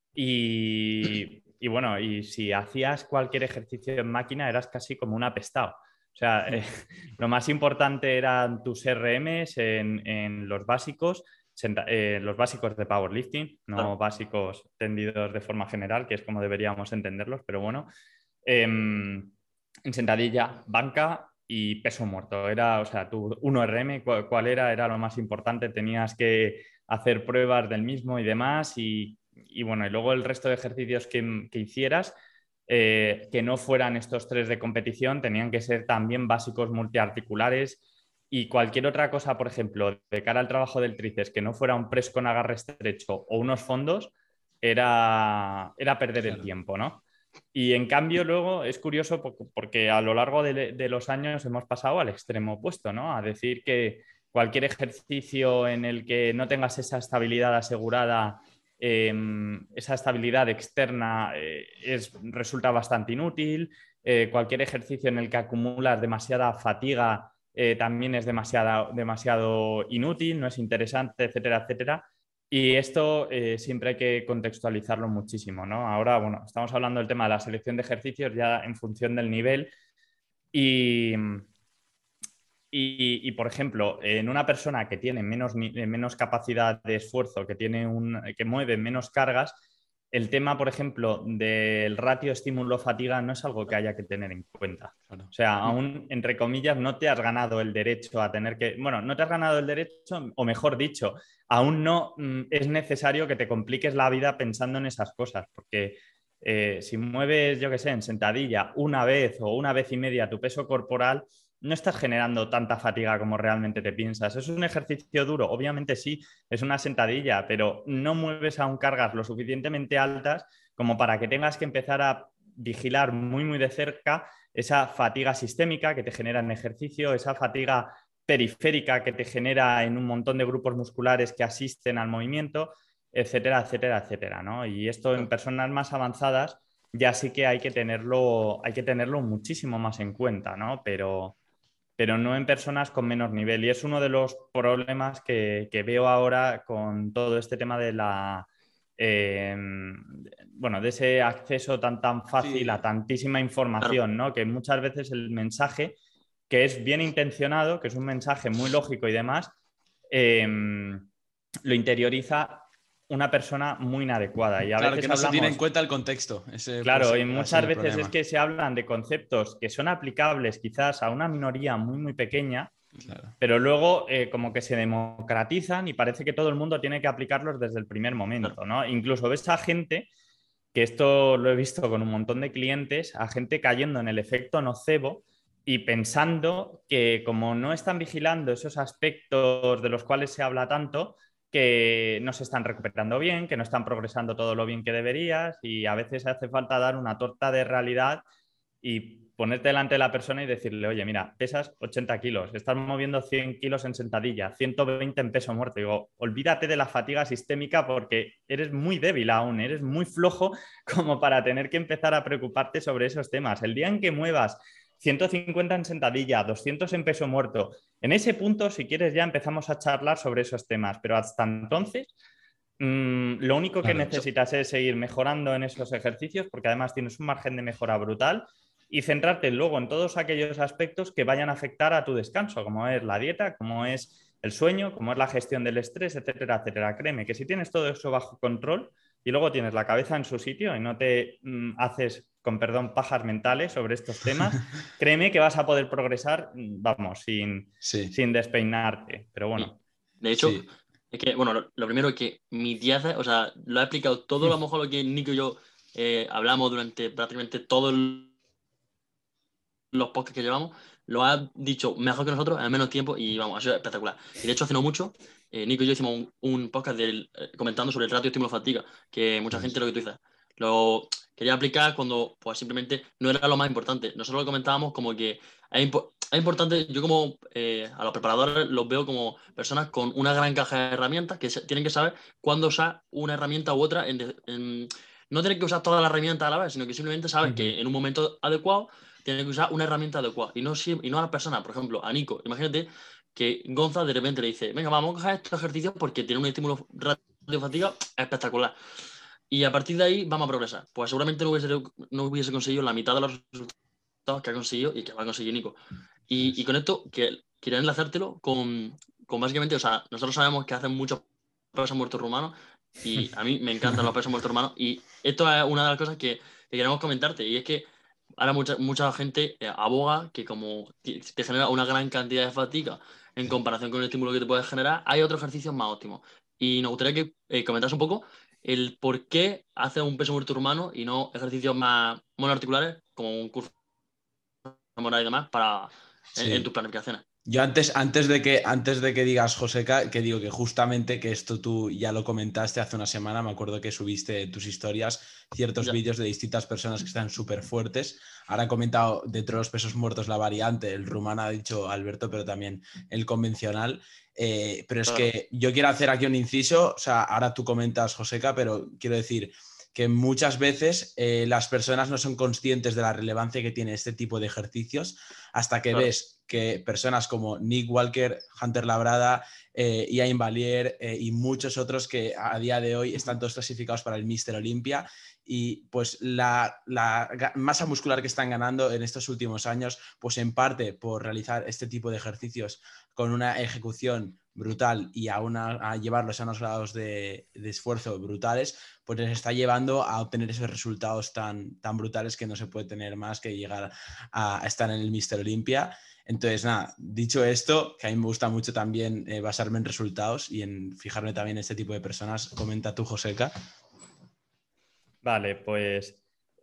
C: y bueno, y si hacías cualquier ejercicio en máquina eras casi como un apestado. O sea, lo más importante eran tus RMs en los básicos de powerlifting, no
B: claro.
C: básicos tendidos de forma general, que es como deberíamos entenderlos, pero bueno. En sentadilla, banca y peso muerto. Era, o sea, tu 1RM, ¿cuál era? Era lo más importante. Tenías que hacer pruebas del mismo y demás. Y bueno, y luego el resto de ejercicios que hicieras, que no fueran estos tres de competición, tenían que ser también básicos multiarticulares. y cualquier otra cosa, por ejemplo, de cara al trabajo del tríceps, que no fuera un press con agarre estrecho o unos fondos, era perder el tiempo, ¿no? Y en cambio luego es curioso porque a lo largo de los años hemos pasado al extremo opuesto, ¿no? A decir que cualquier ejercicio en el que no tengas esa estabilidad asegurada, esa estabilidad externa, resulta bastante inútil. Cualquier ejercicio en el que acumulas demasiada fatiga también es demasiado inútil, no es interesante, etcétera, etcétera. Y esto siempre hay que contextualizarlo muchísimo, ¿no? Ahora, bueno, estamos hablando del tema de la selección de ejercicios ya en función del nivel y, por ejemplo, en una persona que tiene menos capacidad de esfuerzo, que mueve menos cargas, el tema, por ejemplo, del ratio estímulo-fatiga no es algo que haya que tener en cuenta.
A: Claro.
C: O sea, aún, entre comillas, no te has ganado el derecho a tener que... Bueno, no te has ganado el derecho, o mejor dicho, aún no es necesario que te compliques la vida pensando en esas cosas, porque si mueves, yo qué sé, en sentadilla una vez o una vez y media tu peso corporal, no estás generando tanta fatiga como realmente te piensas. ¿Es un ejercicio duro? Obviamente sí, es una sentadilla, pero no mueves aún cargas lo suficientemente altas como para que tengas que empezar a vigilar muy, muy de cerca esa fatiga sistémica que te genera en ejercicio, esa fatiga periférica que te genera en un montón de grupos musculares que asisten al movimiento, etcétera, etcétera, etcétera, ¿no? Y esto en personas más avanzadas ya sí que hay que tenerlo muchísimo más en cuenta, ¿no? Pero no en personas con menos nivel. Y es uno de los problemas que veo ahora con todo este tema de de ese acceso tan fácil a tantísima información, ¿no? Que muchas veces el mensaje, que es bien intencionado, que es un mensaje muy lógico y demás, lo interioriza una persona muy inadecuada. Y a
A: Claro,
C: veces
A: que no se tiene en
C: hablamos...
A: cuenta el contexto. Ese puede
C: Claro, y
A: ser
C: muchas
A: el
C: veces es
A: problema.
C: que se hablan de conceptos que son aplicables quizás a una minoría muy, muy pequeña,
A: Claro.
C: pero luego como que se democratizan y parece que todo el mundo tiene que aplicarlos desde el primer momento, ¿no? Incluso ves a gente, que esto lo he visto con un montón de clientes, a gente cayendo en el efecto nocebo y pensando que como no están vigilando esos aspectos de los cuales se habla tanto, que no se están recuperando bien, que no están progresando todo lo bien que deberías y a veces hace falta dar una torta de realidad y ponerte delante de la persona y decirle, oye, mira, pesas 80 kilos, estás moviendo 100 kilos en sentadilla, 120 en peso muerto. Digo, olvídate de la fatiga sistémica porque eres muy débil aún, eres muy flojo como para tener que empezar a preocuparte sobre esos temas. El día en que muevas 150 en sentadilla, 200 en peso muerto, en ese punto, si quieres, ya empezamos a charlar sobre esos temas, pero hasta entonces... lo único que necesitas es seguir mejorando en esos ejercicios porque además tienes un margen de mejora brutal y centrarte luego en todos aquellos aspectos que vayan a afectar a tu descanso, como es la dieta, como es el sueño, como es la gestión del estrés, etcétera, etcétera. Créeme que si tienes todo eso bajo control y luego tienes la cabeza en su sitio y no te haces, con perdón, pajas mentales sobre estos temas, créeme que vas a poder progresar, vamos, sin despeinarte. Pero bueno.
B: De hecho, es que, bueno, lo primero es que mi tía, o sea, lo ha explicado todo, a lo mejor lo que Nico y yo hablamos durante prácticamente todos los podcasts que llevamos, lo ha dicho mejor que nosotros en menos tiempo y vamos, ha sido espectacular. Y de hecho, hace no mucho, Nico y yo hicimos un podcast comentando sobre el ratio estímulo-fatiga, que mucha gente lo que tú dices, lo quería aplicar cuando pues simplemente no era lo más importante. Nosotros lo comentábamos como que es importante, yo como a los preparadores los veo como personas con una gran caja de herramientas que tienen que saber cuándo usar una herramienta u otra. No tener que usar todas las herramientas a la vez, sino que simplemente saber que en un momento adecuado tiene que usar una herramienta adecuada y no a las personas. Por ejemplo, a Nico, imagínate que Gonza de repente le dice, venga, vamos a coger estos ejercicios porque tiene un estímulo de fatiga espectacular. Y a partir de ahí vamos a progresar. Pues seguramente no hubiese conseguido la mitad de los resultados que ha conseguido y que va a conseguir Nico. Y con esto, quería enlazártelo con básicamente, o sea, nosotros sabemos que hacen muchos pesos muertos rumanos y a mí me encantan los pesos muertos rumanos y esto es una de las cosas que queremos comentarte y es que ahora mucha gente aboga que como te genera una gran cantidad de fatiga en comparación con el estímulo que te puedes generar, hay otros ejercicios más óptimos. Y nos gustaría que comentaras un poco el por qué haces un peso muerto rumano y no ejercicios más monoarticulares como un curso femoral y demás en tus planificaciones.
A: Yo antes de que digas, Joseca, que digo que justamente que esto tú ya lo comentaste hace una semana, me acuerdo que subiste tus historias, ciertos
B: Ya,
A: vídeos de distintas personas que están súper fuertes. Ahora han comentado dentro de los pesos muertos la variante, el rumano ha dicho Alberto, pero también el convencional. Pero es
B: claro.
A: que yo quiero hacer aquí un inciso, o sea, ahora tú comentas, Joseca, pero quiero decir que muchas veces las personas no son conscientes de la relevancia que tiene este tipo de ejercicios hasta que
B: Claro.
A: ves que personas como Nick Walker, Hunter Labrada, Ian Valier y muchos otros que a día de hoy están todos clasificados para el Mister Olympia y pues la masa muscular que están ganando en estos últimos años, pues en parte por realizar este tipo de ejercicios con una ejecución brutal y a llevarlos a unos grados de esfuerzo brutales, pues les está llevando a obtener esos resultados tan brutales que no se puede tener más que llegar a estar en el Mister Olympia. Entonces, nada, dicho esto, que a mí me gusta mucho también basarme en resultados y en fijarme también en este tipo de personas, comenta tú, Joseca.
C: Vale, pues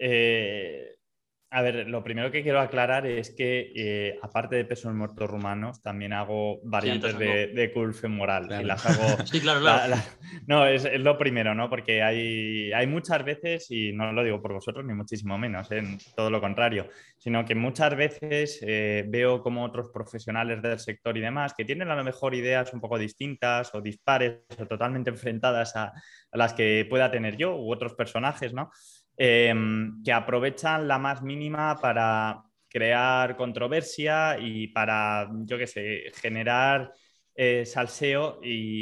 C: a ver, lo primero que quiero aclarar es que aparte de pesos muertos rumanos, también hago
B: Sí, te
C: variantes
B: has sacado.
C: de curl femoral y
A: Claro.
C: las hago...
B: Sí, claro, claro.
C: No, es lo primero, ¿no? Porque hay muchas veces, y no lo digo por vosotros ni muchísimo menos, todo lo contrario, sino que muchas veces veo como otros profesionales del sector y demás que tienen a lo mejor ideas un poco distintas o dispares o totalmente enfrentadas a las que pueda tener yo u otros personajes, ¿no? Que aprovechan la más mínima para crear controversia y para, yo qué sé, generar salseo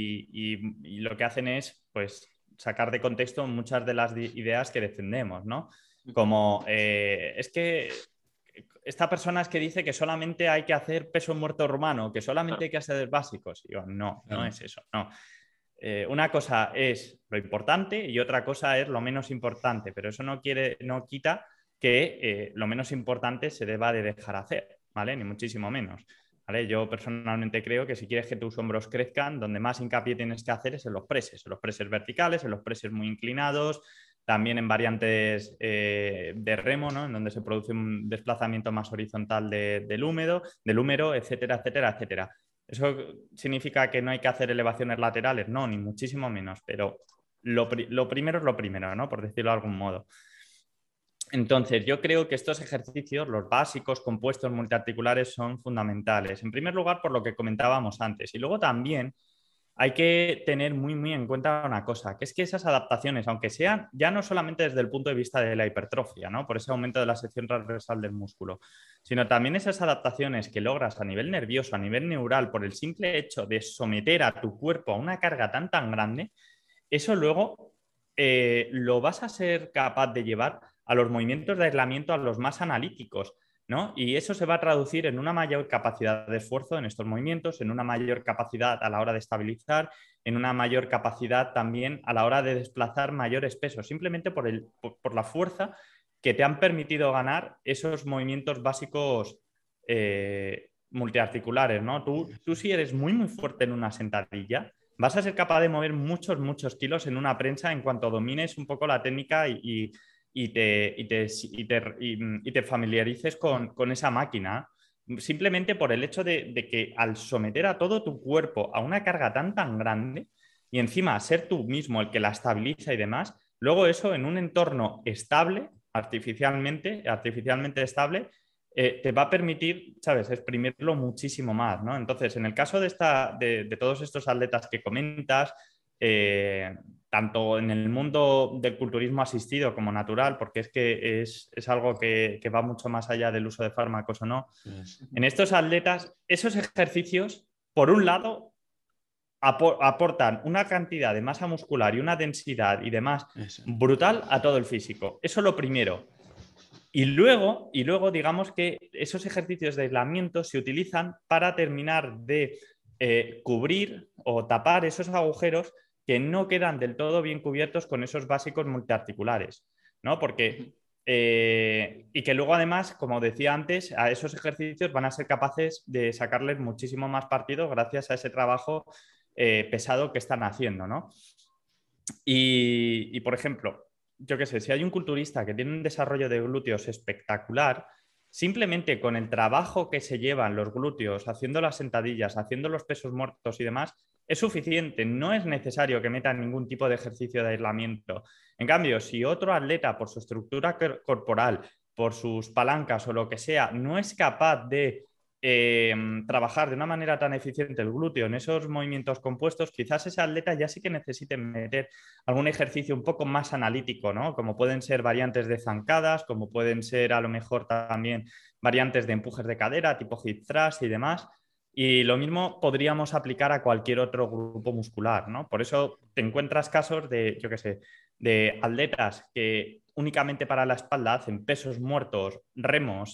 C: y lo que hacen es, pues, sacar de contexto muchas de las ideas que defendemos, ¿no? Como, es que esta persona es que dice que solamente hay que hacer peso muerto rumano, que solamente
B: Claro,
C: hay que hacer básicos. Y digo, no, no
A: Claro.
C: es eso, no. Una cosa es lo importante y otra cosa es lo menos importante, pero eso no quita que lo menos importante se deba de dejar hacer, ¿vale? Ni muchísimo menos. ¿Vale? Yo personalmente creo que si quieres que tus hombros crezcan, donde más hincapié tienes que hacer es en los presses verticales, en los presses muy inclinados, también en variantes de remo, ¿no? En donde se produce un desplazamiento más horizontal del húmero, etcétera, etcétera, etcétera. ¿Eso significa que no hay que hacer elevaciones laterales? No, ni muchísimo menos, pero lo primero es lo primero, ¿no? Por decirlo de algún modo. Entonces, yo creo que estos ejercicios, los básicos, compuestos multiarticulares, son fundamentales. En primer lugar, por lo que comentábamos antes. Y luego también hay que tener muy, muy en cuenta una cosa, que es que esas adaptaciones, aunque sean ya no solamente desde el punto de vista de la hipertrofia, ¿no? Por ese aumento de la sección transversal del músculo, sino también esas adaptaciones que logras a nivel nervioso, a nivel neural, por el simple hecho de someter a tu cuerpo a una carga tan grande, eso luego lo vas a ser capaz de llevar a los movimientos de aislamiento, a los más analíticos, ¿no? Y eso se va a traducir en una mayor capacidad de esfuerzo en estos movimientos, en una mayor capacidad a la hora de estabilizar, en una mayor capacidad también a la hora de desplazar mayores pesos, simplemente por la fuerza que te han permitido ganar esos movimientos básicos multiarticulares, ¿no? Tú si eres muy, muy fuerte en una sentadilla, vas a ser capaz de mover muchos, muchos kilos en una prensa en cuanto domines un poco la técnica y te familiarices con esa máquina. Simplemente por el hecho de que al someter a todo tu cuerpo a una carga tan grande y encima ser tú mismo el que la estabiliza y demás, luego eso en un entorno estable, artificialmente estable, te va a permitir, ¿sabes?, exprimirlo muchísimo más, ¿no? Entonces, en el caso de todos estos atletas que comentas, tanto en el mundo del culturismo asistido como natural, porque es que es algo que va mucho más allá del uso de fármacos o no,
A: Pues,
C: en estos atletas, esos ejercicios, por un lado, aportan una cantidad de masa muscular y una densidad y demás
A: eso.
C: brutal a todo el físico. Eso es lo primero. Y luego, digamos que esos ejercicios de aislamiento se utilizan para terminar de cubrir o tapar esos agujeros que no quedan del todo bien cubiertos con esos básicos multiarticulares, ¿no? Porque, y que luego además, como decía antes, a esos ejercicios van a ser capaces de sacarles muchísimo más partido gracias a ese trabajo pesado que están haciendo, ¿no? Por ejemplo, yo qué sé, si hay un culturista que tiene un desarrollo de glúteos espectacular, simplemente con el trabajo que se llevan los glúteos, haciendo las sentadillas, haciendo los pesos muertos y demás, es suficiente. No es necesario que metan ningún tipo de ejercicio de aislamiento. En cambio, si otro atleta, por su estructura corporal, por sus palancas o lo que sea, no es capaz de trabajar de una manera tan eficiente el glúteo en esos movimientos compuestos, quizás ese atleta ya sí que necesite meter algún ejercicio un poco más analítico, ¿no? Como pueden ser variantes de zancadas, como pueden ser a lo mejor también variantes de empujes de cadera, tipo hip thrust y demás. Y lo mismo podríamos aplicar a cualquier otro grupo muscular, ¿no? Por eso te encuentras casos de, yo qué sé, de atletas que únicamente para la espalda hacen pesos muertos, remos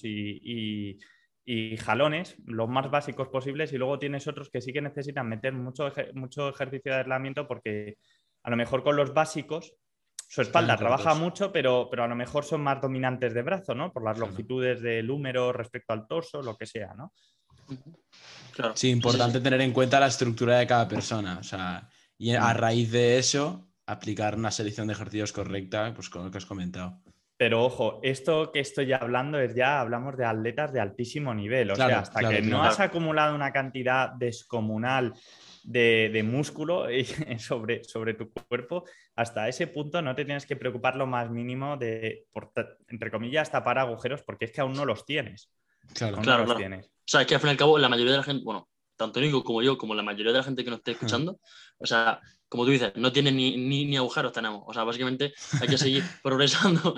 C: y jalones, los más básicos posibles, y luego tienes otros que sí que necesitan meter mucho ejercicio de aislamiento porque a lo mejor con los básicos su espalda trabaja mucho, pero a lo mejor son más dominantes de brazo, ¿no? Por las longitudes del húmero respecto al torso, lo que sea, ¿no?
A: Claro. Sí, importante tener en cuenta la estructura de cada persona. O sea, y a raíz de eso, aplicar una selección de ejercicios correcta, pues con lo que has comentado.
C: Pero ojo, esto que estoy hablando es ya, hablamos de atletas de altísimo nivel. O sea, hasta que no has acumulado una cantidad descomunal de músculo sobre tu cuerpo, hasta ese punto no te tienes que preocupar lo más mínimo de, entre comillas, tapar agujeros, porque es que aún no los tienes.
B: Claro.
C: Tienes.
B: O sea, es que al fin y al cabo la mayoría de la gente, bueno, tanto Nico como yo, como la mayoría de la gente que nos esté escuchando, o sea, como tú dices, no tiene ni agujeros tenemos. O sea, básicamente hay que seguir progresando,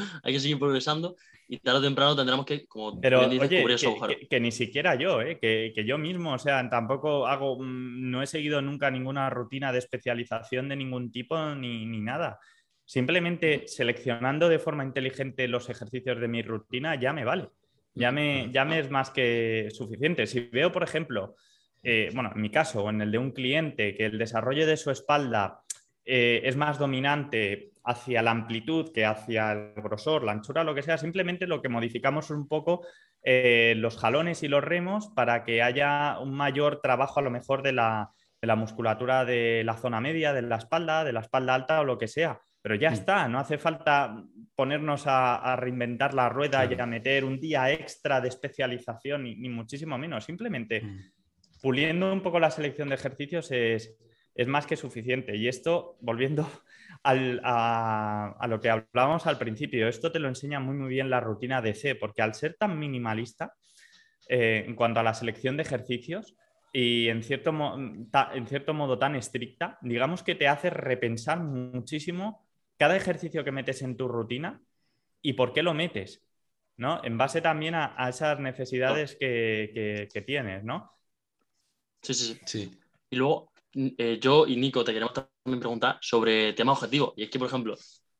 B: y tarde o temprano tendremos que, como
C: pero,
B: bien dices,
C: oye,
B: cubrir esos agujeros.
C: Que ni siquiera yo, que yo mismo, o sea, tampoco no he seguido nunca ninguna rutina de especialización de ningún tipo ni nada. Simplemente seleccionando de forma inteligente los ejercicios de mi rutina ya me vale. Ya me es más que suficiente. Si veo, por ejemplo, bueno, en mi caso o en el de un cliente, que el desarrollo de su espalda es más dominante hacia la amplitud que hacia el grosor, la anchura, lo que sea, simplemente lo que modificamos es un poco los jalones y los remos para que haya un mayor trabajo a lo mejor de la musculatura de la zona media, de la espalda alta o lo que sea. Pero ya está, no hace falta ponernos a reinventar la rueda y a meter un día extra de especialización, ni muchísimo menos. Simplemente puliendo un poco la selección de ejercicios es más que suficiente. Y esto, volviendo a lo que hablábamos al principio, esto te lo enseña muy bien la rutina DC, porque al ser tan minimalista en cuanto a la selección de ejercicios y en cierto modo tan estricta, digamos que te hace repensar muchísimo cada ejercicio que metes en tu rutina y por qué lo metes, ¿no? En base también a esas necesidades que tienes, ¿no?
B: Sí. Y luego, yo y Nico te queremos también preguntar sobre tema objetivo. Y es que, por ejemplo,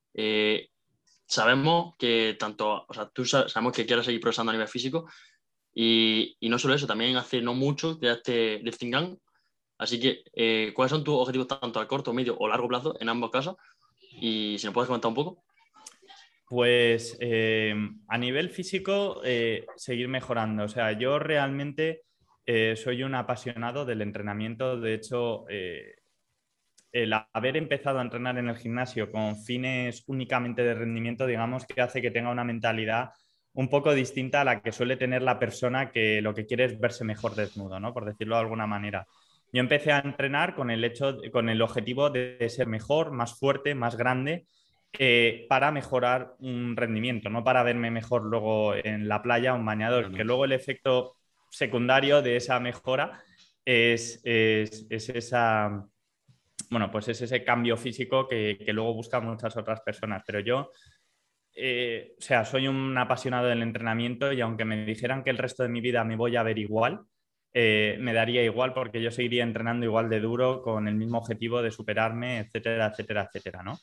B: sabemos que sabemos que quieres seguir progresando a nivel físico y no solo eso, también hace no mucho creaste Lifting Gang. Así que, ¿cuáles son tus objetivos tanto a corto, medio o largo plazo en ambos casos? Y si nos puedes comentar un poco.
C: Pues a nivel físico, seguir mejorando. O sea, yo realmente soy un apasionado del entrenamiento. De hecho, el haber empezado a entrenar en el gimnasio con fines únicamente de rendimiento, digamos que hace que tenga una mentalidad un poco distinta a la que suele tener la persona que lo que quiere es verse mejor desnudo, ¿no? Por decirlo de alguna manera. Yo empecé a entrenar con el objetivo de ser mejor, más fuerte, más grande, para mejorar un rendimiento, no para verme mejor luego en la playa o un bañador, que luego el efecto secundario de esa mejora es esa, bueno, pues es ese cambio físico que luego buscan muchas otras personas. Pero yo, o sea, soy un apasionado del entrenamiento y aunque me dijeran que el resto de mi vida me voy a ver igual, me daría igual porque yo seguiría entrenando igual de duro con el mismo objetivo de superarme, etcétera, etcétera, etcétera, ¿no?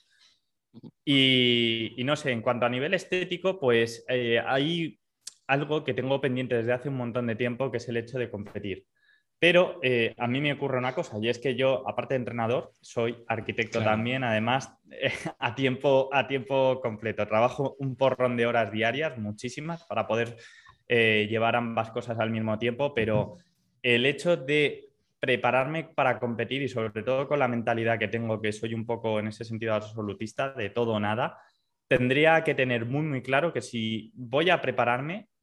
C: Y no sé, en cuanto a nivel estético, pues hay algo que tengo pendiente desde hace un montón de tiempo, que es el hecho de competir. Pero a mí me ocurre una cosa, y es que yo, aparte de entrenador, soy arquitecto también, además a tiempo completo. Trabajo un porrón de horas diarias, muchísimas, para poder llevar ambas cosas al mismo tiempo, pero el hecho de prepararme para competir y sobre todo con la mentalidad que tengo, que soy un poco en ese sentido absolutista, de todo o nada, tendría que tener muy claro que si voy a prepararme,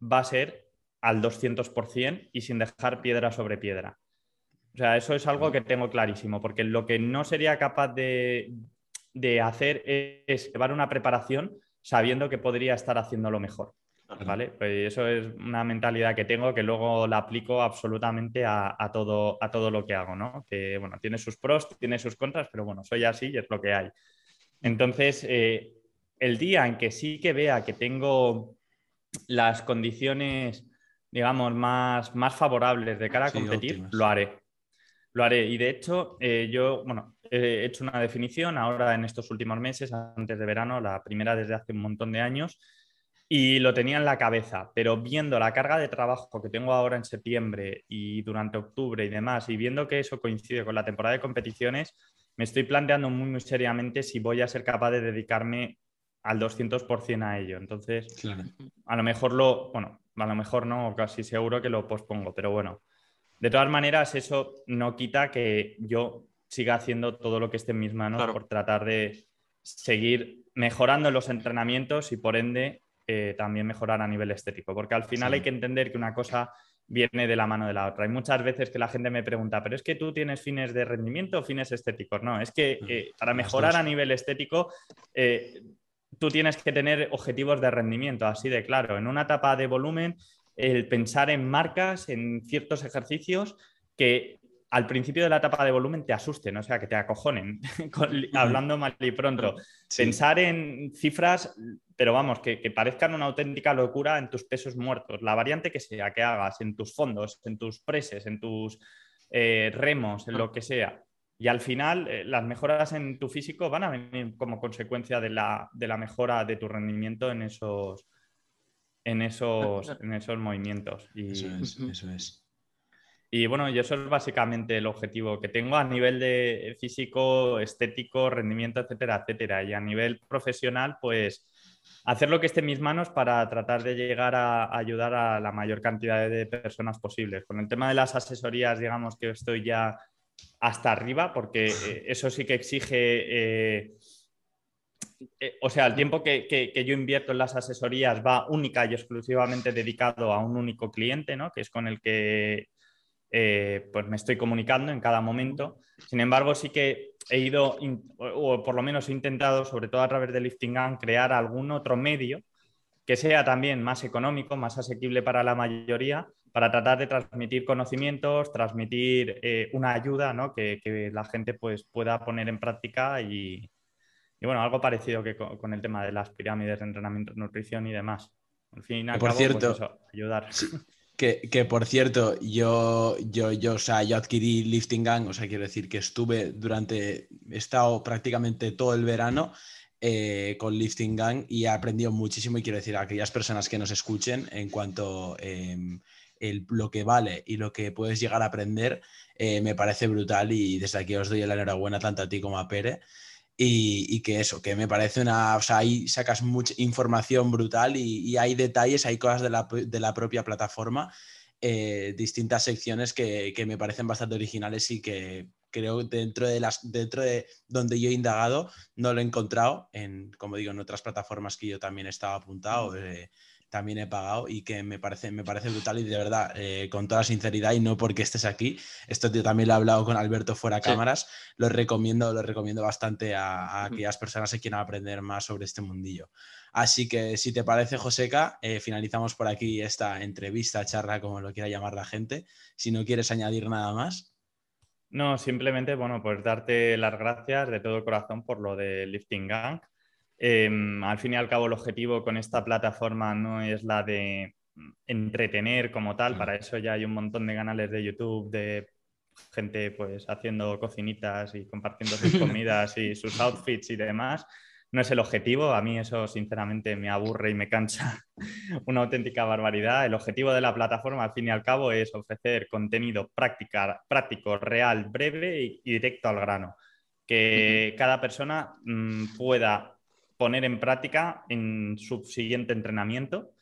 C: va a ser al 200% y sin dejar piedra sobre piedra. O sea, eso es algo que tengo clarísimo, porque lo que no sería capaz de hacer es llevar una preparación sabiendo que podría estar haciéndolo mejor. ¿Vale? Pues eso es una mentalidad que tengo que luego la aplico absolutamente a todo lo que hago, ¿no? Que, bueno, tiene sus pros, tiene sus contras, pero bueno, soy así y es lo que hay. Entonces, el día en que sí que vea que tengo las condiciones, digamos, más favorables de cara a competir,
A: óptimas.
C: lo haré. Lo haré. Y de hecho, yo, bueno, he hecho una definición ahora en estos últimos meses, antes de verano, la primera desde hace un montón de años, y lo tenía en la cabeza, pero viendo la carga de trabajo que tengo ahora en septiembre y durante octubre y demás, y viendo que eso coincide con la temporada de competiciones, me estoy planteando muy, muy seriamente si voy a ser capaz de dedicarme al 200% a ello. Entonces,
A: Claro.
C: a lo mejor bueno, a lo mejor no, casi seguro que lo pospongo, pero bueno. De todas maneras, eso no quita que yo siga haciendo todo lo que esté en mis manos
B: Claro.
C: por tratar de seguir mejorando los entrenamientos y por ende también mejorar a nivel estético. Porque al final hay que entender que una cosa viene de la mano de la otra. Hay muchas veces que la gente me pregunta, ¿pero es que tú tienes fines de rendimiento o fines estéticos? No, es que para mejorar a nivel estético tú tienes que tener objetivos de rendimiento, así de claro. En una etapa de volumen, el pensar en marcas, en ciertos ejercicios que al principio de la etapa de volumen te asusten, o sea, que te acojonen, hablando mal y pronto.
A: Sí.
C: Pensar en cifras, pero vamos, que parezcan una auténtica locura en tus pesos muertos, la variante que sea que hagas, en tus fondos, en tus preses, en tus remos, en lo que sea. Y al final, las mejoras en tu físico van a venir como consecuencia de la mejora de tu rendimiento en esos movimientos.
A: Eso es.
C: Y bueno, y eso es básicamente el objetivo que tengo a nivel de físico, estético, rendimiento, etcétera, etcétera. Y a nivel profesional, pues hacer lo que esté en mis manos para tratar de llegar a ayudar a la mayor cantidad de personas posibles. Con el tema de las asesorías, digamos que estoy ya hasta arriba, porque eso sí que exige... o sea, el tiempo que yo invierto en las asesorías va única y exclusivamente dedicado a un único cliente, ¿no? Que es con el que pues me estoy comunicando en cada momento. Sin embargo, sí que he ido, o por lo menos he intentado, sobre todo a través de Lifting Gun, crear algún otro medio que sea también más económico, más asequible para la mayoría, para tratar de transmitir conocimientos, transmitir una ayuda, ¿no? que la gente pues, pueda poner en práctica y bueno, algo parecido que con el tema de las pirámides de entrenamiento, nutrición y demás. Al fin y
A: Que
C: al
A: por
C: cabo, pues
A: cierto,
C: eso, ayudar.
A: sí, que por cierto, o sea, yo adquirí Lifting Gun, o sea, quiero decir que he estado prácticamente todo el verano con Lifting Gun y he aprendido muchísimo y quiero decir a aquellas personas que nos escuchen en cuanto lo que vale y lo que puedes llegar a aprender, me parece brutal y desde aquí os doy la enhorabuena tanto a ti como a Pere. Y que eso, que me parece o sea, ahí sacas mucha información brutal y hay detalles, hay cosas de la propia plataforma, distintas secciones que me parecen bastante originales y que creo dentro de donde yo he indagado no lo he encontrado, como digo, en otras plataformas que yo también estaba apuntado, también he pagado y que me parece brutal y de verdad, con toda sinceridad y no porque estés aquí, esto yo también lo he hablado con Alberto fuera cámaras, lo recomiendo bastante a aquellas personas que quieran aprender más sobre este mundillo. Así que si te parece, Joseca, finalizamos por aquí esta entrevista, charla, como lo quiera llamar la gente. Si no quieres añadir nada más.
C: No, simplemente, bueno, pues darte las gracias de todo corazón por lo de Lifting Gang. Al fin y al cabo, el objetivo con esta plataforma no es la de entretener como tal, para eso ya hay un montón de canales de YouTube de gente pues haciendo cocinitas y compartiendo sus comidas y sus outfits y demás. No es el objetivo, a mí eso sinceramente me aburre y me cansa una auténtica barbaridad. El objetivo de la plataforma, al fin y al cabo, es ofrecer contenido práctico, real, breve y directo al grano. Que cada persona pueda poner en práctica en su siguiente entrenamiento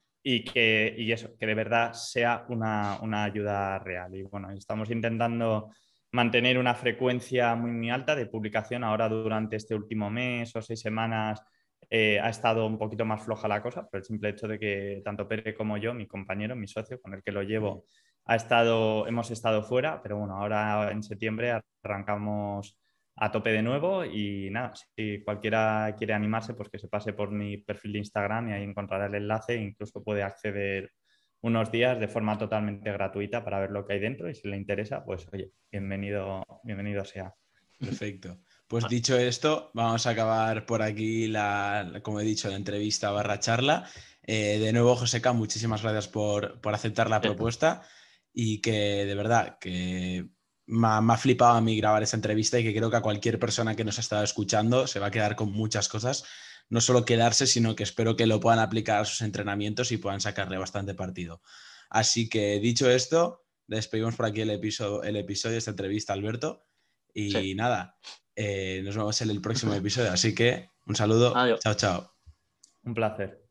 C: y eso, que de verdad sea una ayuda real. Y bueno, estamos intentando mantener una frecuencia muy, muy alta de publicación. Ahora durante este último mes o 6 semanas ha estado un poquito más floja la cosa, por el simple hecho de que tanto Pere como yo, mi compañero, mi socio con el que lo llevo, hemos estado fuera, pero bueno, ahora en septiembre arrancamos a tope de nuevo y nada, si cualquiera quiere animarse, pues que se pase por mi perfil de Instagram y ahí encontrará el enlace e incluso puede acceder unos días de forma totalmente gratuita para ver lo que hay dentro y si le interesa, pues oye, bienvenido, bienvenido sea.
A: Perfecto. Pues dicho esto, vamos a acabar por aquí como he dicho, la entrevista barra charla. De nuevo, Joseca, muchísimas gracias por aceptar la propuesta y que de verdad que me ha flipado a mí grabar esta entrevista y que creo que a cualquier persona que nos ha estado escuchando se va a quedar con muchas cosas. No solo quedarse, sino que espero que lo puedan aplicar a sus entrenamientos y puedan sacarle bastante partido. Así que dicho esto, despedimos por aquí el episodio de esta entrevista, Alberto. Y nada, nos vemos en el próximo episodio. Así que un saludo.
B: Adiós.
A: Chao, chao.
C: Un placer.